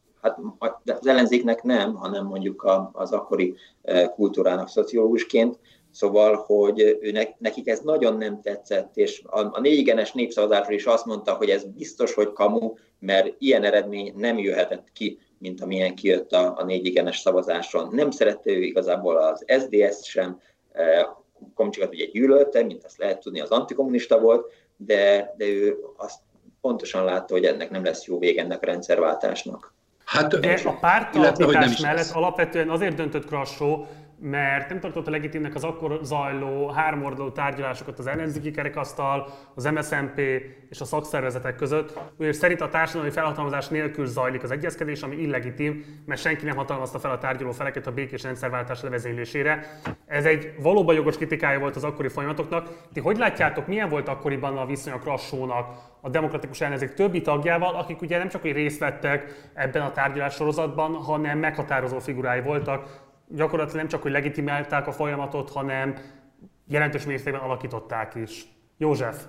az ellenzéknek nem, hanem mondjuk az akkori kultúrának szociológusként. Szóval, hogy nekik ez nagyon nem tetszett, és a 4 igenes népszavazásról is azt mondta, hogy ez biztos, hogy kamu, mert ilyen eredmény nem jöhetett ki, mint amilyen kijött a 4 igenes szavazáson. Nem szerette ő igazából az SZDSZ sem, Komcsikat ugye gyűlölte, mint azt lehet tudni, az antikommunista volt, de ő azt pontosan látta, hogy ennek nem lesz jó vége, ennek a rendszerváltásnak. Hát, de a pártalapítás mellett alapvetően azért döntött Krassó, mert nem tartotta legitimnek az akkor zajló háromoldalú tárgyalásokat az ellenzéki kerekasztal, az MSZNP és a szakszervezetek között, ugyanis szerint a társadalmi felhatalmazás nélkül zajlik az egyezkedés, ami illegitim, mert senki nem hatalmazta fel a tárgyaló feleket a békés rendszerváltás levezénylésére. Ez egy valóban jogos kritikája volt az akkori folyamatoknak. Ti hogy látjátok, milyen volt akkoriban a viszony a Krassónak a demokratikus ellenzék többi tagjával, akik ugye nem csak hogy részt vettek ebben a tárgyalás sorozatban, hanem meghatározó figurái voltak, gyakorlatilag nem csak, hogy legitimálták a folyamatot, hanem jelentős mértékben alakították is. József?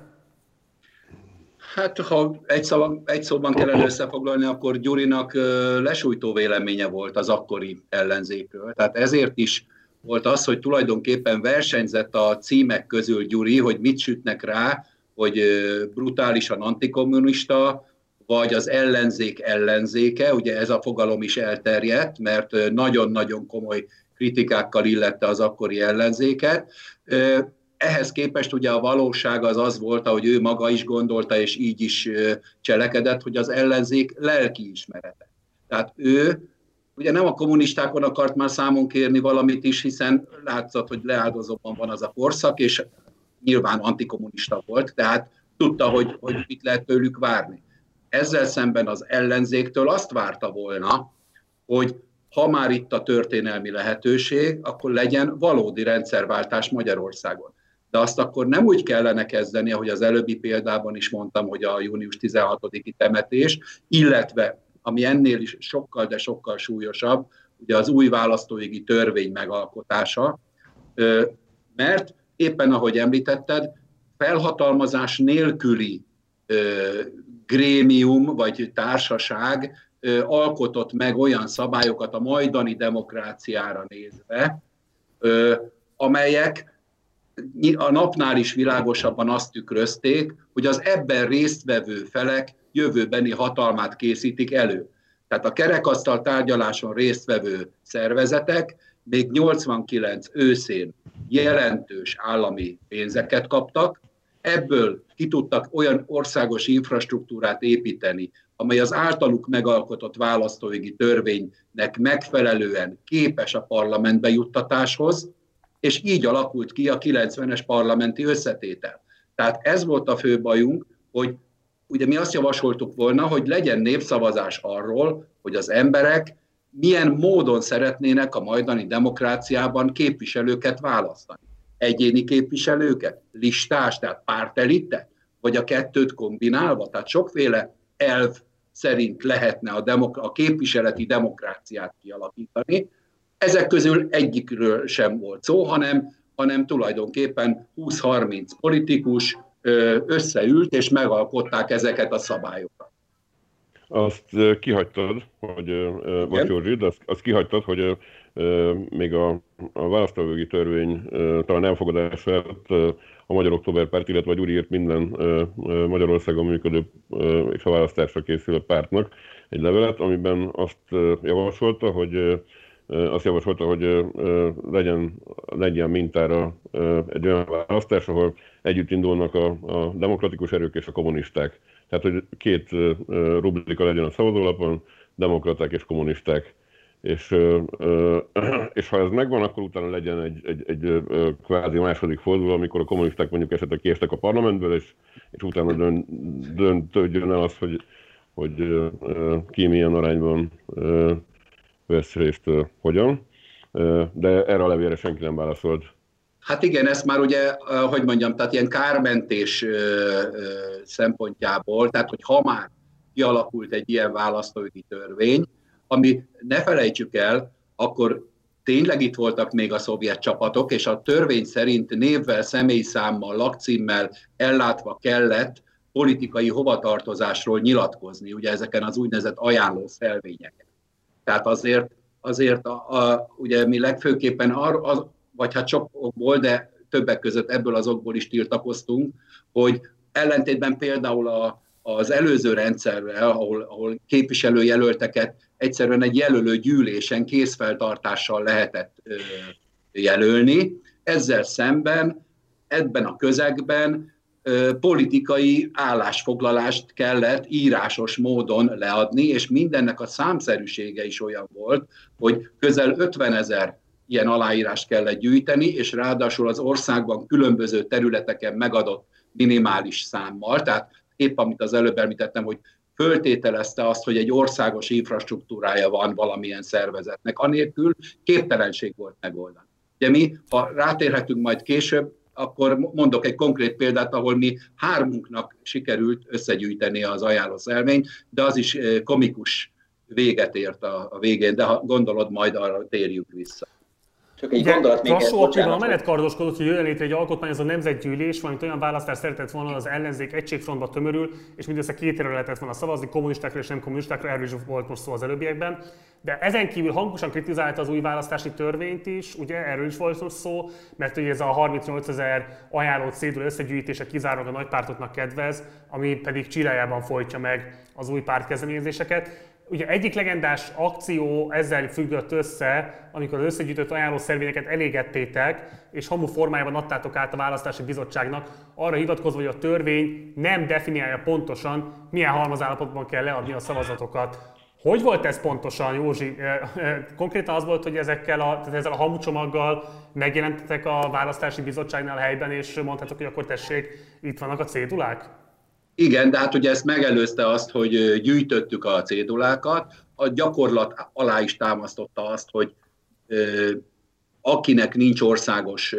Hát, ha egy szóban kellene összefoglalni, akkor Gyurinak lesújtó véleménye volt az akkori ellenzékről. Tehát ezért is volt az, hogy tulajdonképpen versenyzett a címek közül Gyuri, hogy mit sütnek rá, hogy brutálisan antikommunista, vagy az ellenzék ellenzéke, ugye ez a fogalom is elterjedt, mert nagyon-nagyon komoly kritikákkal illette az akkori ellenzéket. Ehhez képest ugye a valóság az volt, ahogy ő maga is gondolta, és így is cselekedett, hogy az ellenzék lelkiismerete. Tehát ő ugye nem a kommunistákon akart már számon kérni valamit is, hiszen látszott, hogy leáldozóban van az a korszak, és nyilván antikommunista volt, tehát tudta, hogy mit lehet tőlük várni. Ezzel szemben az ellenzéktől azt várta volna, hogy ha már itt a történelmi lehetőség, akkor legyen valódi rendszerváltás Magyarországon. De azt akkor nem úgy kellene kezdeni, ahogy az előbbi példában is mondtam, hogy a június 16-i temetés, illetve, ami ennél is sokkal, de sokkal súlyosabb, ugye az új választójogi törvény megalkotása, mert éppen ahogy említetted, felhatalmazás nélküli grémium vagy társaság alkotott meg olyan szabályokat a majdani demokráciára nézve, amelyek a napnál is világosabban azt tükrözték, hogy az ebben résztvevő felek jövőbeni hatalmát készítik elő. Tehát a kerekasztal tárgyaláson résztvevő szervezetek még 89 őszén jelentős állami pénzeket kaptak, ebből ki tudtak olyan országos infrastruktúrát építeni, amely az általuk megalkotott választójogi törvénynek megfelelően képes a parlamentbe juttatáshoz, és így alakult ki a 90-es parlamenti összetétel. Tehát ez volt a fő bajunk, hogy ugye mi azt javasoltuk volna, hogy legyen népszavazás arról, hogy az emberek milyen módon szeretnének a majdani demokráciában képviselőket választani. Egyéni képviselőket, listás, tehát pártelitet, vagy a kettőt kombinálva. Tehát sokféle elv szerint lehetne a képviseleti demokráciát kialakítani. Ezek közül egyikről sem volt szó, hanem tulajdonképpen 20-30 politikus összeült és megalkották ezeket a szabályokat. Azt kihagytad, hogy Józsi, de azt kihagytad, hogy még a választójogi törvény talán elfogadás előtt a Magyar Október Párt, illetve a Gyuri írt minden Magyarországon működő és a választásra készülő pártnak egy levelet, amiben azt javasolta, hogy legyen mintára egy olyan választás, ahol együtt indulnak a demokratikus erők és a kommunisták. Tehát, hogy két rubrika legyen a szavazólapon, demokraták és kommunisták. És ha ez megvan, akkor utána legyen egy kvázi második forduló, amikor a kommunisták mondjuk esetleg kiestek a parlamentből, és utána döntődjön el az, hogy ki milyen arányban vesz részt hogyan. De erre a levélre senki nem válaszolt. Hát igen, ezt már ugye, hogy mondjam, tehát ilyen kármentés szempontjából, tehát hogy ha már kialakult egy ilyen választójogi törvény, ami ne felejtsük el, akkor tényleg itt voltak még a szovjet csapatok, és a törvény szerint névvel, személyszámmal, lakcímmel ellátva kellett politikai hovatartozásról nyilatkozni, ugye ezeken az úgynevezett ajánló szelvényeken. Tehát azért ugye mi legfőképpen vagy hát sok okból, de többek között ebből az okból is tiltakoztunk, hogy ellentétben például az előző rendszerrel, ahol képviselőjelölteket egyszerűen egy jelölő gyűlésen kézfeltartással lehetett jelölni, ezzel szemben ebben a közegben politikai állásfoglalást kellett írásos módon leadni, és mindennek a számszerűsége is olyan volt, hogy közel 50 000 ilyen aláírást kellett gyűjteni, és ráadásul az országban különböző területeken megadott minimális számmal, tehát épp amit az előbb említettem, hogy föltételezte azt, hogy egy országos infrastruktúrája van valamilyen szervezetnek, anélkül képtelenség volt megoldani. De mi, ha rátérhetünk majd később, akkor mondok egy konkrét példát, ahol mi 3-unknak sikerült összegyűjteni az ajánlószelvényt, de az is komikus véget ért a végén, de ha gondolod, majd arra térjünk vissza. Csak egy gondolat még a menetkardoskodott, hogy jöjjön létre egy alkotmányozó nemzetgyűlés, valamint olyan választást szeretett volna, az ellenzék egységfrontba tömörül, és mindössze 2 évre lehetett volna szavazni, kommunistákra és nem kommunistákra, erről is volt most szó az előbbiekben. De ezen kívül hangosan kritizálta az új választási törvényt is, ugye erről is volt szó, mert ugye ez a 38 000 ajánló cédula összegyűjtése kizárólag a nagypártoknak kedvez, ami pedig csirájában folytja meg az új pártkezdeményezéseket. Ugye egyik legendás akció ezzel függött össze, amikor az összegyűjtött ajánlószervényeket elégettétek, és hamu formájában adtátok át a választási bizottságnak, arra hivatkozva, hogy a törvény nem definiálja pontosan, milyen halmazállapotban kell leadni a szavazatokat. Hogy volt ez pontosan, Józsi? Konkrétan az volt, hogy ezzel a hamucsomaggal megjelentetek a választási bizottságnál helyben, és mondhatok, hogy akkor tessék, itt vannak a cédulák? Igen, de hát ugye ezt megelőzte azt, hogy gyűjtöttük a cédulákat. A gyakorlat alá is támasztotta azt, hogy akinek nincs országos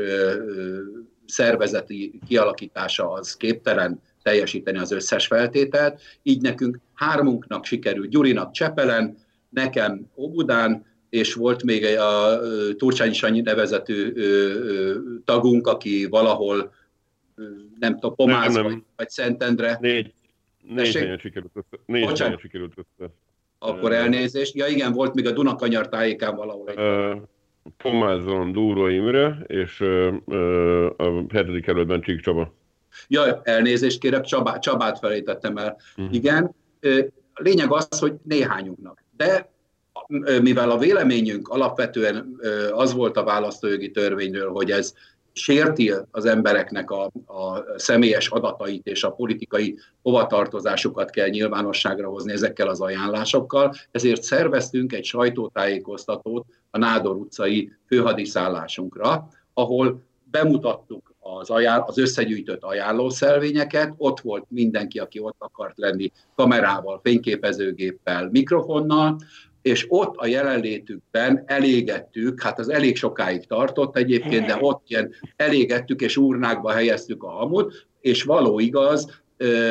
szervezeti kialakítása, az képtelen teljesíteni az összes feltételt. Így nekünk 3-unknak sikerült, Gyurinak Csepelen, nekem Óbudán, és volt még a Turcsányi Sanyi nevezetű tagunk, aki valahol nem tudom, Pomáz vagy Szentendre. 4 helyen sikerült össze. Akkor elnézést. Ja igen, volt még a Dunakanyar tájékán valahol egy. Pomázon Dúró Imre, és a 7. kerületben Csík Csaba. Ja, elnézést kérek, Csabát felejtettem el. Igen. Lényeg az, hogy néhányunknak. De mivel a véleményünk alapvetően az volt a választójogi törvényről, hogy ez sérti az embereknek a személyes adatait és a politikai hovatartozásukat kell nyilvánosságra hozni ezekkel az ajánlásokkal, ezért szerveztünk egy sajtótájékoztatót a Nádor utcai főhadiszállásunkra, ahol bemutattuk az összegyűjtött ajánlószelvényeket, ott volt mindenki, aki ott akart lenni, kamerával, fényképezőgéppel, mikrofonnal, és ott a jelenlétükben elégettük, hát az elég sokáig tartott egyébként, de ott ilyen elégettük és urnákba helyeztük a hamut, és való igaz,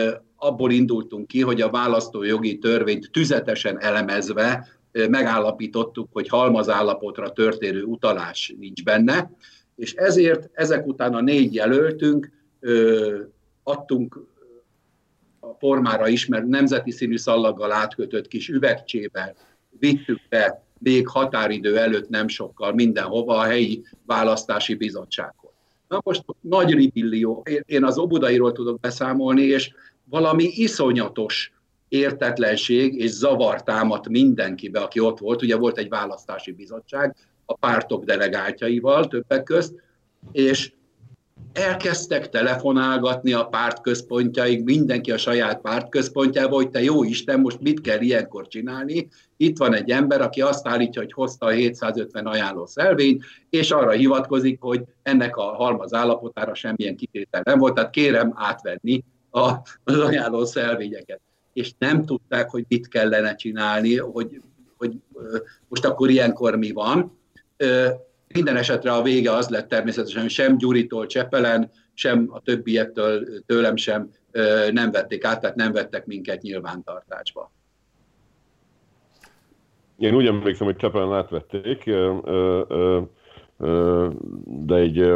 abból indultunk ki, hogy a választójogi törvényt tüzetesen elemezve megállapítottuk, hogy halmazállapotra történő utalás nincs benne, és ezért ezek után a 4 jelöltünk adtunk a formára ismert nemzeti színű szallaggal átkötött kis üvegcsével, vittük be még határidő előtt nem sokkal mindenhova a helyi választási bizottsághoz. Na most nagy ribillió, én az Óbudairól tudok beszámolni, és valami iszonyatos értetlenség és zavar támadt mindenkibe, aki ott volt. Ugye volt egy választási bizottság a pártok delegáltjaival többek közt, és elkezdtek telefonálgatni a pártközpontjaig, mindenki a saját pártközpontjába, hogy te jó Isten, most mit kell ilyenkor csinálni. Itt van egy ember, aki azt állítja, hogy hozta a 750 ajánló szelvényt, és arra hivatkozik, hogy ennek a halmaz állapotára semmilyen kitétel nem volt, tehát kérem átvenni az ajánló szelvényeket. És nem tudták, hogy mit kellene csinálni, hogy most akkor ilyenkor mi van. Minden esetre a vége az lett természetesen, hogy sem Gyuritól Csepelen, sem a többiektől tőlem sem nem vették át, tehát nem vettek minket nyilvántartásba. Én úgy emlékszem, hogy Csepelen átvették, de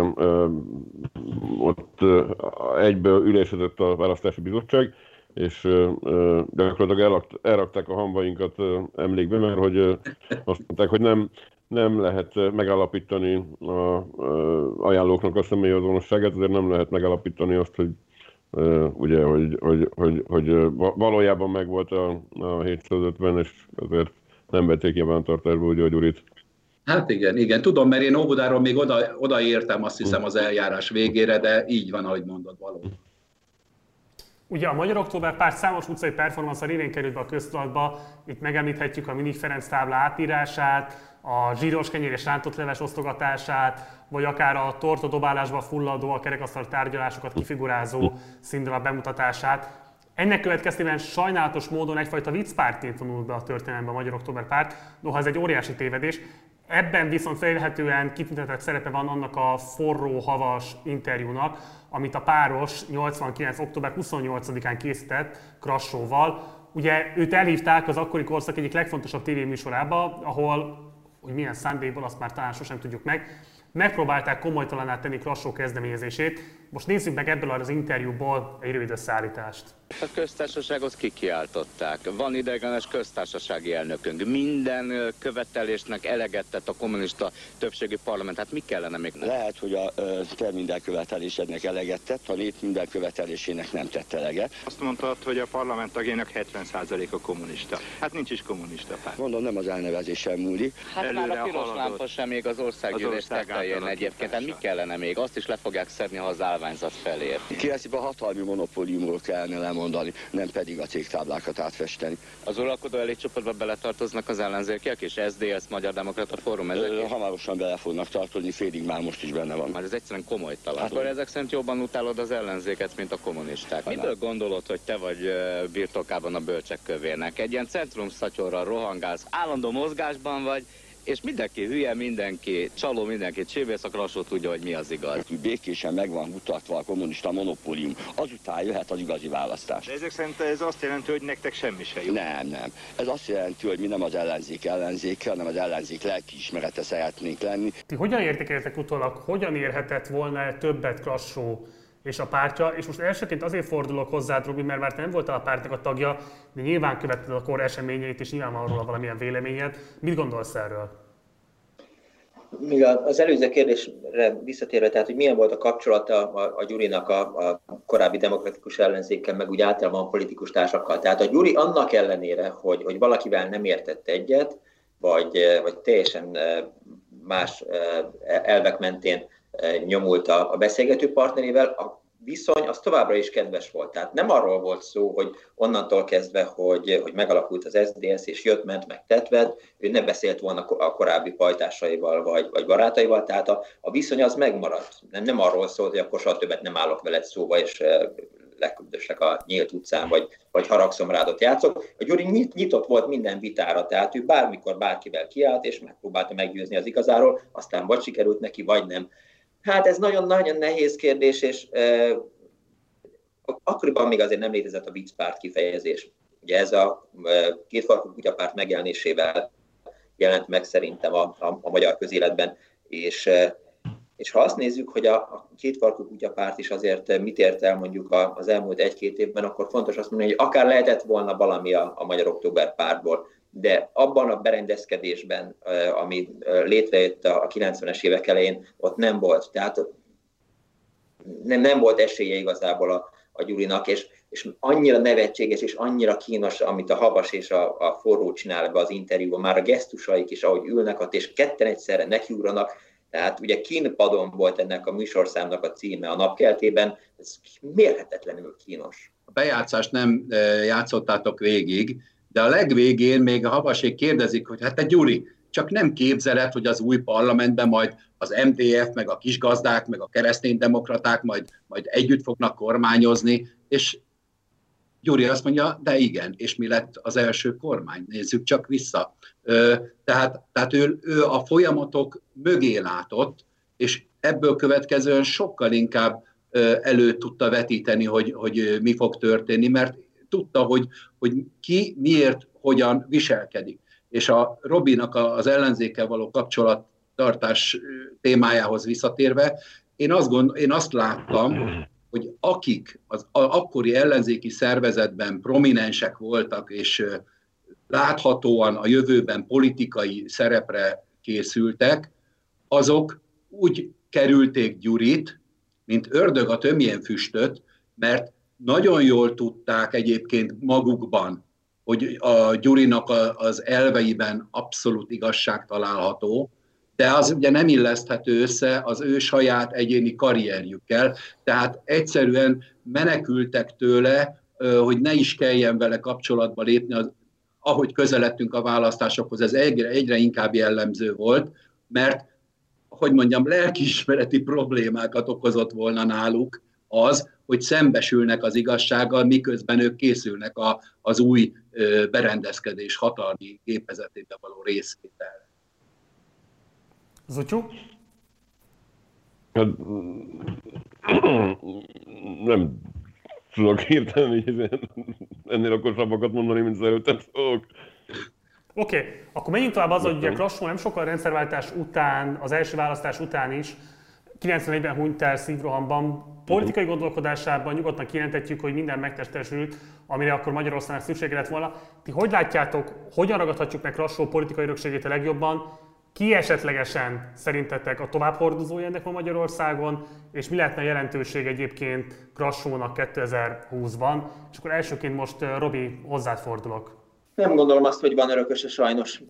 ott egyből ülésezett a választási bizottság, és gyakorlatilag elrakták a hamvainkat emlékbe, mert hogy azt mondták, hogy nem lehet megállapítani az ajánlóknak a személyazonosságát, azért nem lehet megállapítani azt, hogy ugye, hogy valójában megvolt a 750, és azért nem vették nyilvántartásba ugye a Gyurit. Hát igen, tudom, mert én Óbudáról még odaértem, azt hiszem, az eljárás végére, de így van, ahogy mondod, valóban. Ugye a Magyar Október Párt számos utcai performance révén került be a köztudatba, itt megemlíthetjük a Minich Ferenc tábla átírását, a zsíros kenyér és rántott leves osztogatását, vagy akár a tortadobálásba fulladó, a kerekasztal tárgyalásokat kifigurázó színdarab bemutatását. Ennek következtében sajnálatos módon egyfajta viccpártként vonult be a történelembe a Magyar Október Párt, noha ez egy óriási tévedés. Ebben viszont felelhetően kitüntetett szerepe van annak a forró, havas interjúnak, amit a páros 89. október 28-án készített Krassóval. Ugye őt elhívták az akkori korszak egyik legfontosabb tévéműsorába, ahol, hogy milyen szándékból, azt már talán sosem tudjuk meg, megpróbálták komolytalanná tenni Krassó kezdeményezését. Most nézzük meg ebből az interjúból egy rövid összeállítást. A köztársaságot kikiáltották. Van ideiglenes köztársasági elnökünk. Minden követelésnek eleget tett a kommunista többségi parlament. Hát mi kellene még? Lehet, hogy a te minden követelésednek eleget tett, a nép minden követelésének nem tett eleget. Azt mondtad, hogy a parlament tagjának 70%-a kommunista. Hát nincs is kommunista párt. Mondom, nem az elnevezésen múlik. Hát előre már a piros lámpa sem még az országgyűlés tetején egyébként. Hát mi kellene még? Azt is le fogják szedni, ha az állványzat felér. Kieszibe a hatalmi monopóliumról kellene lemondani, nem pedig a cégtáblákat átfesteni. Az uralkodó elitcsoportba beletartoznak az ellenzékiek és SZDSZ, Magyar Demokrata Fórum, ezek hamarosan bele fognak tartozni, félig már most is benne van. Már ez egyszerűen komolytalan. Akkor ezek szerint jobban utálod az ellenzéket, mint a kommunisták. Mitől gondolod, hogy te vagy birtokában a bölcsek kövének? Egy ilyen centrumszatyorral rohangálsz, állandó mozgásban vagy, és mindenki hülye, mindenki csaló, mindenki csébész, a Krassó tudja, hogy mi az igaz. Békésen meg van mutatva a kommunista monopólium, azután jöhet az igazi választás. De ezek szerint ez azt jelenti, hogy nektek semmi se jó. Nem. Ez azt jelenti, hogy mi nem az ellenzék ellenzéke, hanem az ellenzék lelkiismerete szeretnénk lenni. Ti hogyan értékeltek utólag, hogyan érhetett volna többet Krassó és a pártja, és most elsőként azért fordulok hozzád, Robi, mert már te nem voltál a pártnak a tagja, de nyilván követted a kor eseményeit, és nyilván van róla valamilyen véleményed. Mit gondolsz erről? Még az előző kérdésre visszatérve, tehát hogy milyen volt a kapcsolata a Gyurinak a korábbi demokratikus ellenzékkel, meg úgy általában a politikus társakkal. Tehát a Gyuri annak ellenére, hogy valakivel nem értett egyet, vagy teljesen más elvek mentén nyomult a beszélgető partnerével, a viszony az továbbra is kedves volt. Tehát nem arról volt szó, hogy onnantól kezdve, hogy megalakult az SZDSZ és jött-ment, meg tetvett, ő nem beszélt volna a korábbi pajtásaival vagy barátaival, tehát a viszony az megmaradt. Nem arról szólt, hogy akkor soha többet nem állok veled szóba, és leküldöslek a nyílt utcán, vagy haragszom rádot játszok. A Gyuri nyitott volt minden vitára, tehát ő bármikor bárkivel kiállt, és megpróbálta meggyőzni az igazáról, aztán vagy sikerült neki, vagy nem. Hát ez nagyon-nagyon nehéz kérdés, és akkoriban még azért nem létezett a viccpárt kifejezés. Ugye ez a kétfarkú kutyapárt megjelenésével jelent meg szerintem a magyar közéletben, és ha azt nézzük, hogy a kétfarkú kutyapárt is azért mit ért el mondjuk az elmúlt 1-2 évben, akkor fontos azt mondani, hogy akár lehetett volna valami a Magyar Október Pártból, de abban a berendezkedésben, ami létrejött a 90-es évek elején, ott nem volt. Tehát nem volt esélye igazából a Gyurinak, és annyira nevetséges és annyira kínos, amit a Havas és a Forró csinál ebbe az interjúban, már a gesztusaik is, ahogy ülnek ott, és ketten egyszerre nekiugranak. Tehát ugye kínpadon volt ennek a műsorszámnak a címe a Napkeltében, ez mérhetetlenül kínos. A bejátszást nem játszottátok végig, de a legvégén még a Havasék kérdezik, hogy hát te Gyuri, csak nem képzeled, hogy az új parlamentben majd az MDF, meg a kisgazdák, meg a kereszténydemokraták majd együtt fognak kormányozni, és Gyuri azt mondja, de igen, és mi lett az első kormány? Nézzük csak vissza. Tehát ő a folyamatok mögé látott, és ebből következően sokkal inkább elő tudta vetíteni, hogy mi fog történni, mert tudta, hogy ki miért, hogyan viselkedik. És a Robinak az ellenzékkel való kapcsolattartás témájához visszatérve, én azt láttam, hogy akik az akkori ellenzéki szervezetben prominensek voltak, és láthatóan a jövőben politikai szerepre készültek, azok úgy kerülték Gyurit, mint ördög a tömjén füstöt, mert nagyon jól tudták egyébként magukban, hogy a Gyurinak az elveiben abszolút igazság található, de az ugye nem illeszthető össze az ő saját egyéni karrierjükkel, tehát egyszerűen menekültek tőle, hogy ne is kelljen vele kapcsolatba lépni, ahogy közeledtünk a választásokhoz, ez egyre inkább jellemző volt, mert, hogy mondjam, lelkiismereti problémákat okozott volna náluk az, hogy szembesülnek az igazsággal, miközben ők készülnek az új berendezkedés hatalmi gépezetébe való részvételre. Zutyú? Hát, nem tudok hirtelen ennél okosabbakat mondani, mint az előttem szólok. Oké, akkor menjünk tovább az, hogy Krassó nem sokkal a rendszerváltás után, az első választás után is, 94-ben hunyt el szívrohamban. Politikai gondolkodásában nyugodtan kijelenthetjük, hogy minden megtestesült, amire akkor Magyarországnak szüksége lett volna. Ti hogy látjátok, hogyan ragadhatjuk meg Krassó politikai örökségét a legjobban? Ki esetlegesen szerintetek a továbbhordozója ennek ma Magyarországon, és mi lehetne a jelentőség egyébként Krassónak 2020-ban? És akkor elsőként most Robi, hozzád fordulok. Nem gondolom azt, hogy van örököse sajnos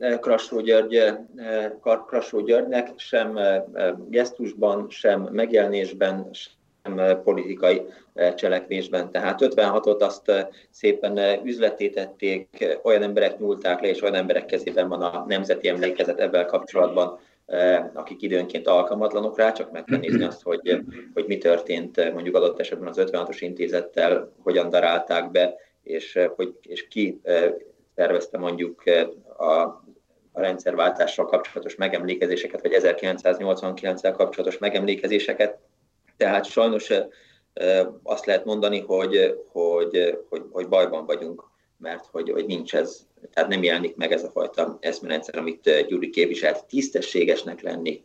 Krassó Györgynek, sem gesztusban, sem megjelenésben, sem politikai cselekvésben. Tehát 56-ot azt szépen üzletétették, olyan emberek nyúlták le, és olyan emberek kezében van a nemzeti emlékezet ebben kapcsolatban, akik időnként alkalmatlanok rá, csak meg kell nézni azt, hogy mi történt mondjuk adott esetben az 56-os intézettel, hogyan darálták be, és ki tervezte mondjuk a rendszerváltással kapcsolatos megemlékezéseket, vagy 1989-el kapcsolatos megemlékezéseket. Tehát sajnos azt lehet mondani, hogy bajban vagyunk, mert hogy nincs ez, tehát nem jelenik meg ez a fajta eszmerendszer, amit Gyuri képviselt, tisztességesnek lenni,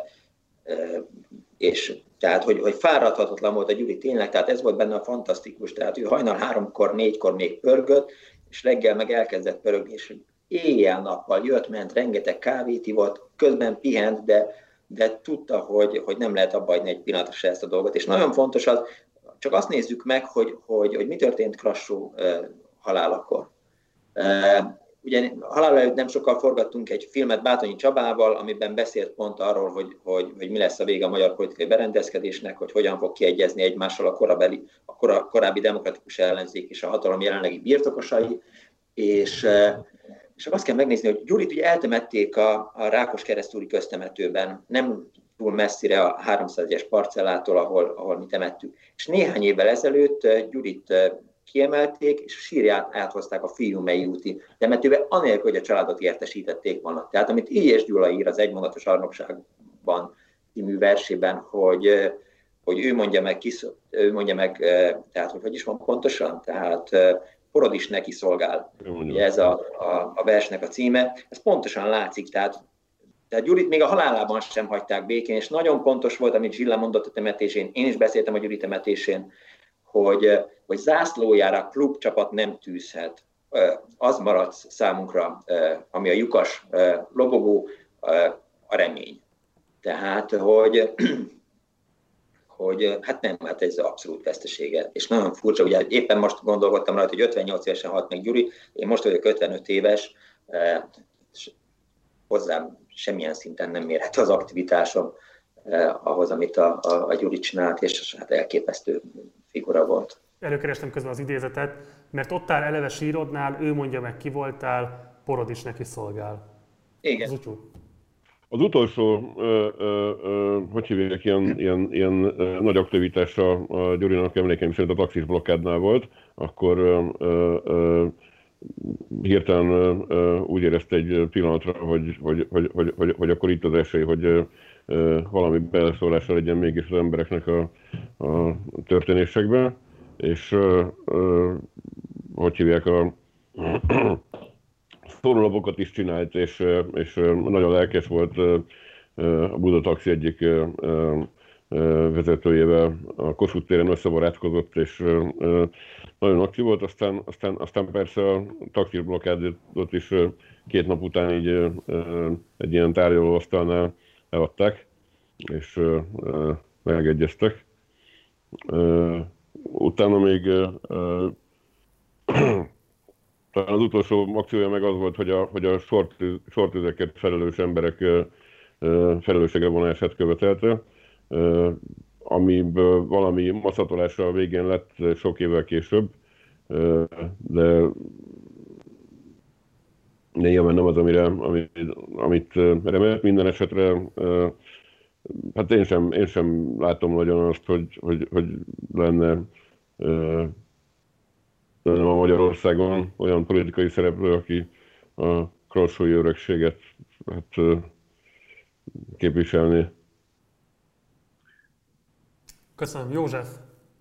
és tehát, hogy fáradhatatlan volt a Gyuri tényleg, tehát ez volt benne a fantasztikus, tehát ő hajnal 3-kor, 4-kor még pörgött, és reggel meg elkezdett pörögni, és éjjel-nappal jött-ment, rengeteg kávét ivott, közben pihent, de tudta, hogy nem lehet abba hagyni egy pillanatra se ezt a dolgot. És nagyon fontos az, csak azt nézzük meg, hogy mi történt Krassó halálakor. Ugye halál előtt nem sokkal forgattunk egy filmet Bátonyi Csabával, amiben beszélt pont arról, hogy mi lesz a vége a magyar politikai berendezkedésnek, hogy hogyan fog kiegyezni egymással a korábbi demokratikus ellenzék és a hatalom jelenlegi birtokosai. És azt kell megnézni, hogy Gyurit ugye eltemették a Rákoskeresztúri köztemetőben, nem túl messzire a 301-es parcellától, ahol mi temettük. És néhány évvel ezelőtt Gyurit kiemelték, és sírját áthozták a Fiumei úti temetőbe, anélkül, hogy a családot értesítették volna. Tehát amit Ilyes Gyula ír az Egymondatos Arnokságban című versében, hogy hogy ő mondja meg, tehát hogy is van pontosan, tehát porod is neki szolgál. Ugye ez a versnek a címe. Ez pontosan látszik, tehát Gyurit még a halálában sem hagyták békén, és nagyon pontos volt, amit Zsilla mondott a temetésén, én is beszéltem a Gyuri temetésén, hogy zászlójára klubcsapat nem tűzhet. Az marad számunkra, ami a lyukas lobogó, a remény. Tehát, hogy hát ez abszolút vesztesége. És nagyon furcsa, ugye éppen most gondolkodtam rajta, hogy 58 évesen halt meg Gyuri, én most vagyok 55 éves, hozzám semmilyen szinten nem mérhető az aktivitásom ahhoz, amit a Gyuri csinált, és hát elképesztő figura volt. Előkerestem közben az idézetet, mert ott áll eleve sírodnál, ő mondja meg, ki voltál, porod is neki szolgál. Igen. Az utolsó, hogy hívják, ilyen nagy aktivitása a Gyurinak emlékeim szerint a taxis blokkádnál volt, akkor hirtelen úgy érezte egy pillanatra, hogy akkor itt az esély, hogy valami beleszólása legyen mégis az embereknek a történésekben, és hogy hívják, a szórólapokat is csinált, és nagyon lelkes volt a Buda Taxi egyik vezetőjével, a Kossuth téren összebarátkozott, és nagyon aktív volt, aztán persze a taxisblokkádot is 2 nap után így egy ilyen tárgyalóasztalnál leadták, és megegyeztek. Utána még talán az utolsó akciója meg az volt, hogy a sortüzeket felelős emberek felelősségre vonását követelte, amiből valami maszatolása a végén lett sok évvel később, de nyilván nem az, amit remélt. Minden esetre, hát én sem látom nagyon azt, hogy lenne a Magyarországon olyan politikai szereplő, aki a krassói örökséget képviselni. Köszönöm. József?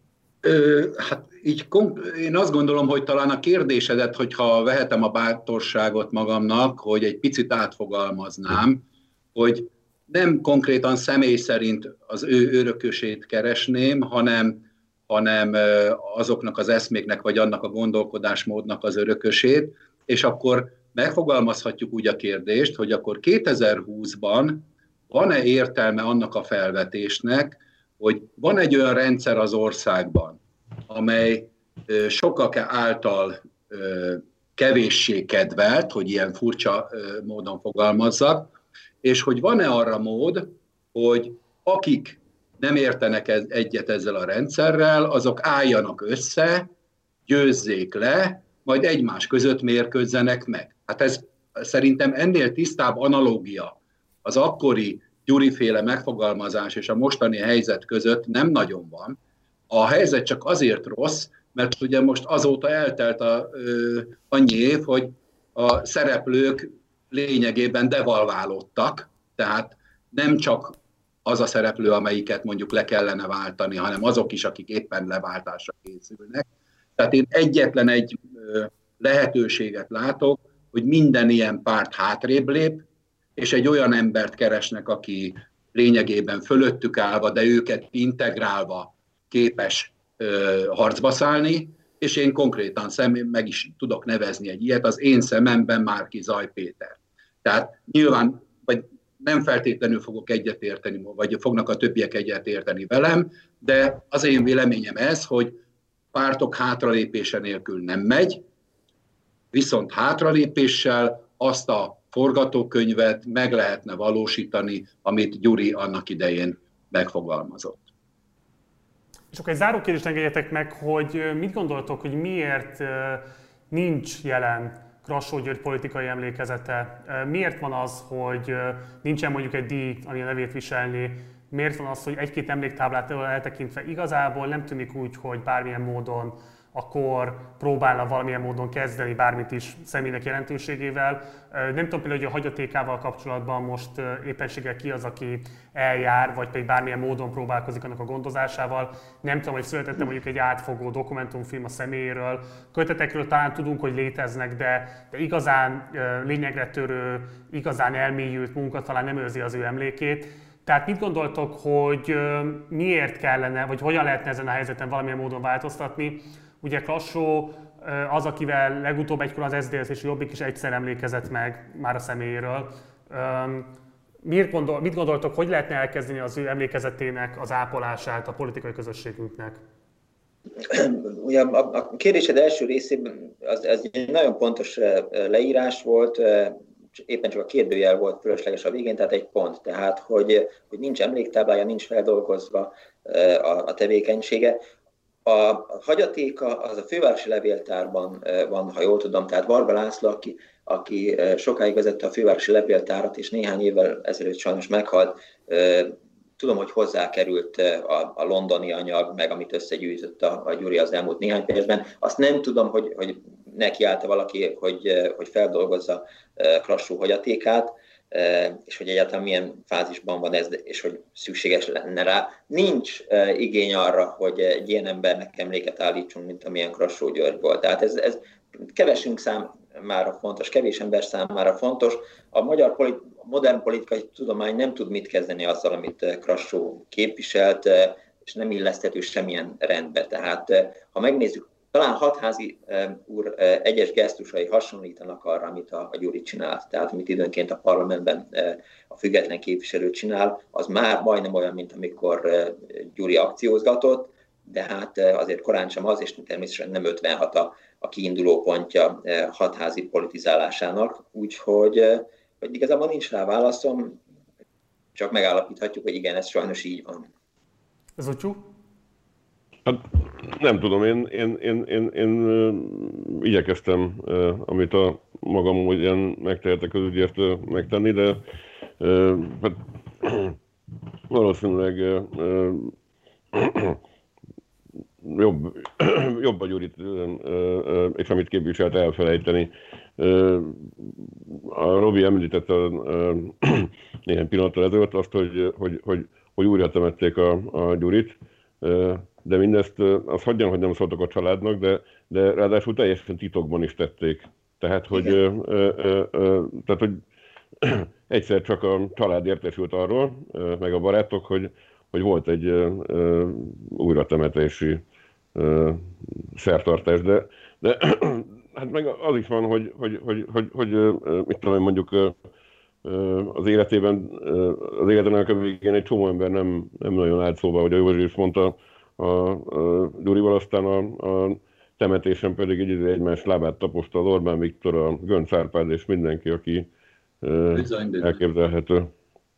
Hát így én azt gondolom, hogy talán a kérdésedet, hogyha vehetem a bátorságot magamnak, hogy egy picit átfogalmaznám, hogy nem konkrétan személy szerint az ő örökösét keresném, hanem azoknak az eszméknek, vagy annak a gondolkodásmódnak az örökösét, és akkor megfogalmazhatjuk úgy a kérdést, hogy akkor 2020-ban van-e értelme annak a felvetésnek, hogy van egy olyan rendszer az országban, amely sokak által kevéssé kedvelt, hogy ilyen furcsa módon fogalmazzak, és hogy van-e arra mód, hogy akik nem értenek egyet ezzel a rendszerrel, azok álljanak össze, győzzék le, majd egymás között mérkőzzenek meg. Hát ez szerintem ennél tisztább analógia az akkori Gyuri-féle megfogalmazás és a mostani helyzet között nem nagyon van. A helyzet csak azért rossz, mert ugye most azóta eltelt annyi év, hogy a szereplők lényegében devalválódtak, tehát nem csak az a szereplő, amelyiket mondjuk le kellene váltani, hanem azok is, akik éppen leváltásra készülnek. Tehát én egyetlen egy lehetőséget látok, hogy minden ilyen párt hátrébb lép, és egy olyan embert keresnek, aki lényegében fölöttük állva, de őket integrálva képes harcba szállni, és én konkrétan meg is tudok nevezni egy ilyet, az én szememben Márki Zaj Péter. Tehát nyilván, vagy nem feltétlenül fogok egyetérteni, vagy fognak a többiek egyetérteni velem, de az én véleményem ez, hogy pártok hátralépése nélkül nem megy, viszont hátralépéssel azt a forgatókönyvet meg lehetne valósítani, amit Gyuri annak idején megfogalmazott. És akkor egy záró kérdést engedjetek meg, hogy mit gondoltok, hogy miért nincs jelen Krassó-György politikai emlékezete? Miért van az, hogy nincsen mondjuk egy díj, ami a nevét viselni? Miért van az, hogy egy-két emléktáblát eltekintve igazából nem tűnik úgy, hogy bármilyen módon akkor próbálna valamilyen módon kezdeni bármit is személynek jelentőségével. Nem tudom például, hogy a hagyatékával kapcsolatban most éppenséggel ki az, aki eljár, vagy pedig bármilyen módon próbálkozik annak a gondozásával. Nem tudom, hogy született mondjuk egy átfogó dokumentumfilm a személyéről. Kötetekről talán tudunk, hogy léteznek, de igazán lényegre törő, igazán elmélyült munka talán nem őrzi az ő emlékét. Tehát mit gondoltok, hogy miért kellene, vagy hogyan lehetne ezen a helyzeten valamilyen módon változtatni? Ugye Krassó az, akivel legutóbb egykor az SZDSZ és Jobbik is egyszer emlékezett meg már a személyéről. Mit gondoltok, hogy lehetne elkezdeni az ő emlékezetének az ápolását a politikai közösségünknek? Ugye a kérdésed első részében az egy nagyon pontos leírás volt, éppen csak a kérdőjel volt fölösleges a végén, tehát egy pont. Tehát, hogy nincs emléktáblája, nincs feldolgozva a tevékenysége. A hagyatéka az a fővárosi levéltárban van, ha jól tudom, tehát Varga László, aki sokáig vezette a fővárosi levéltárat, és néhány évvel ezelőtt sajnos meghalt, tudom, hogy hozzákerült a londoni anyag, meg amit összegyűjtött a Gyuri az elmúlt néhány percben. Azt nem tudom, hogy nekiállta valaki, hogy feldolgozza Krassó hagyatékát, és hogy egyáltalán milyen fázisban van ez, és hogy szükséges lenne rá. Nincs igény arra, hogy egy ilyen embernek emléket állítsunk, mint amilyen Krassó György volt. Tehát ez kevesünk számára fontos, kevés ember számára fontos. A magyar modern politikai tudomány nem tud mit kezdeni azzal, amit Krassó képviselt, és nem illeszthető semmilyen rendbe. Tehát ha megnézzük, talán Hatházi úr egyes gesztusai hasonlítanak arra, amit a Gyuri csinált. Tehát amit időnként a parlamentben a független képviselő csinál, az már majdnem olyan, mint amikor Gyuri akciózgatott, de hát azért korán sem az, és természetesen nem 56 a kiinduló pontja Hatházi politizálásának. Úgyhogy igazából nincs rá válaszom, csak megállapíthatjuk, hogy igen, ez sajnos így van. Zottyú? Hát nem tudom, én igyekeztem, amit a magam ugyan megtehetek az ügyért megtenni, de hát, valószínűleg jobb a Gyurit, és amit képviselt elfelejteni. A Robi említette néhány pillanattal ezelőtt azt, hogy újra temették a Gyurit, de mindezt azt hagyjam, hogy nem szóltak a családnak, de ráadásul teljesen titokban is tették. Tehát, hogy egyszer csak a család értesült arról, meg a barátok, hogy volt egy újratemetési szertartás, de hát meg az is van, hogy mit tudom én, mondjuk az életének a végén egy csomó ember nem nagyon állt szóba, hogy a Józsi is mondta a Gyurival, aztán a temetésen pedig egymás lábát taposta az Orbán Viktor, a Gönc Árpád és mindenki, aki elképzelhető.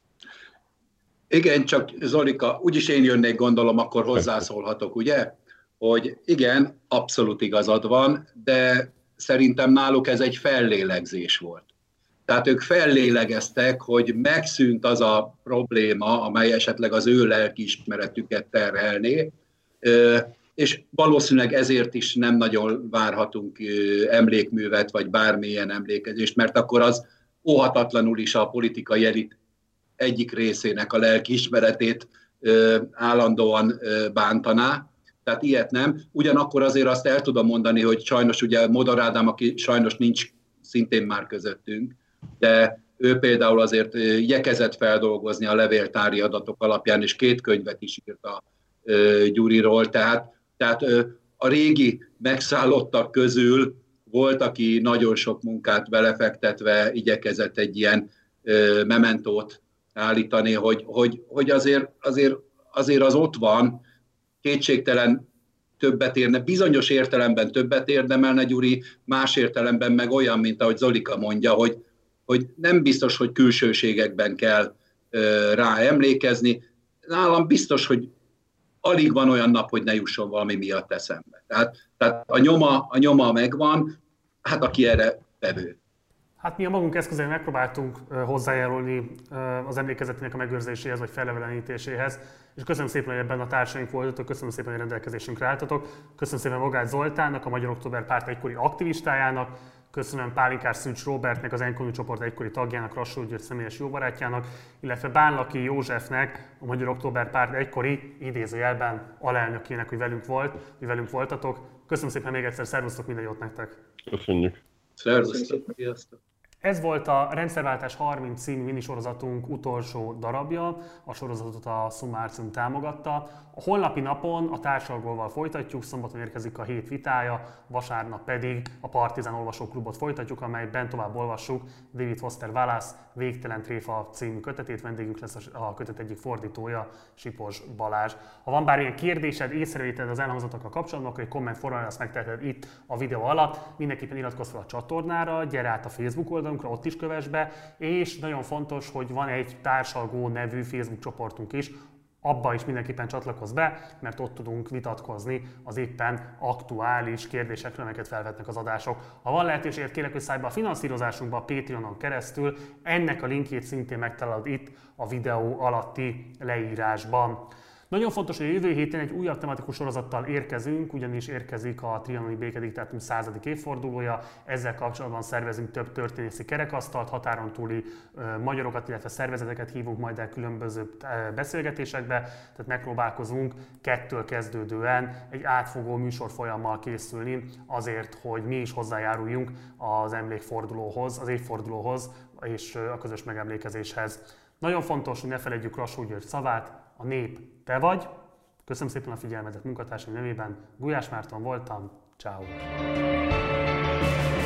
Igen, csak Zolika, úgyis én jönnék, gondolom, akkor hozzászólhatok, ugye? Hogy igen, abszolút igazad van, de szerintem náluk ez egy fellélegzés volt. Tehát ők fellélegeztek, hogy megszűnt az a probléma, amely esetleg az ő lelkiismeretüket terhelné, és valószínűleg ezért is nem nagyon várhatunk emlékművet, vagy bármilyen emlékezést, mert akkor az óhatatlanul is a politikai elit egyik részének a lelkiismeretét állandóan bántaná. Tehát ilyet nem. Ugyanakkor azért azt el tudom mondani, hogy sajnos ugye Modor Ádám, aki sajnos nincs szintén már közöttünk, de ő például azért igyekezett feldolgozni a levéltári adatok alapján, és 2 könyvet is írt a Gyuriról. Tehát a régi megszállottak közül volt, aki nagyon sok munkát belefektetve igyekezett egy ilyen mementót állítani, hogy azért az ott van, kétségtelen többet érne, bizonyos értelemben többet érdemelne Gyuri, más értelemben meg olyan, mint ahogy Zolika mondja, hogy nem biztos, hogy külsőségekben kell rá emlékezni. Nálam biztos, hogy alig van olyan nap, hogy ne jusson valami miatt eszembe. Tehát a nyoma megvan, hát aki erre vevő. Hát mi a magunk eszközeivel megpróbáltunk hozzájárulni az emlékezetének a megőrzéséhez vagy felelevenítéséhez, és köszönöm szépen, hogy ebben a társaink voltatok, köszönöm szépen, hogy rendelkezésünkre álltatok, köszönöm szépen Vogács Zoltánnak, a Magyar Október Párt egykori aktivistájának, köszönöm Pálinkás Szűcs Róbertnek, az Enkoni csoport egykori tagjának, Rassó György személyes jóbarátjának, illetve Bánlaki Józsefnek, a Magyar Október Párt egykori, idézőjelben alelnökének, hogy velünk voltatok. Köszönöm szépen még egyszer, szervusztok, minden jót nektek! Köszönjük! Szervusztok! Ez volt a Rendszerváltás 30 című minisorozatunk utolsó darabja, a sorozatot a Summartium támogatta. A holnapi napon a társalgóval folytatjuk, szombaton érkezik a hét vitája, vasárnap pedig a Partizán olvasóklubot folytatjuk, amelyben tovább olvassuk David Foster Wallace Végtelen tréfa című kötetét, vendégünk lesz a kötet egyik fordítója, Sipos Balázs. Ha van bármilyen kérdésed, észrevételed az elhangzottakkal kapcsolatban, akkor egy komment formában azt megteheted itt a videó alatt. Mindenképpen iratkozz fel a csatornára, gyere át a Facebook oldalunkra, ott is kövess be, és nagyon fontos, hogy van egy Társalgó nevű Facebook csoportunk is, abba is mindenképpen csatlakozz be, mert ott tudunk vitatkozni az éppen aktuális kérdésekről, amelyeket felvetnek az adások. Ha van lehetőséget, kérlek, hogy szállj be a finanszírozásunkba a Patreonon keresztül, ennek a linkjét szintén megtalálod itt a videó alatti leírásban. Nagyon fontos, hogy a jövő héten egy újabb tematikus sorozattal érkezünk, ugyanis érkezik a trianoni békediktátum 100. évfordulója. Ezzel kapcsolatban szervezünk több történészi kerekasztalt, határon túli magyarokat, illetve szervezeteket hívunk majd el különböző beszélgetésekbe, tehát megpróbálkozunk 2-től kezdődően egy átfogó műsorfolyammal készülni azért, hogy mi is hozzájáruljunk az emlékfordulóhoz, az évfordulóhoz és a közös megemlékezéshez. Nagyon fontos, hogy ne feledjük Rassó György szavát, a nép te vagy. Köszönöm szépen a figyelmedet munkatársaim nevében. Gulyás Márton voltam. Ciao.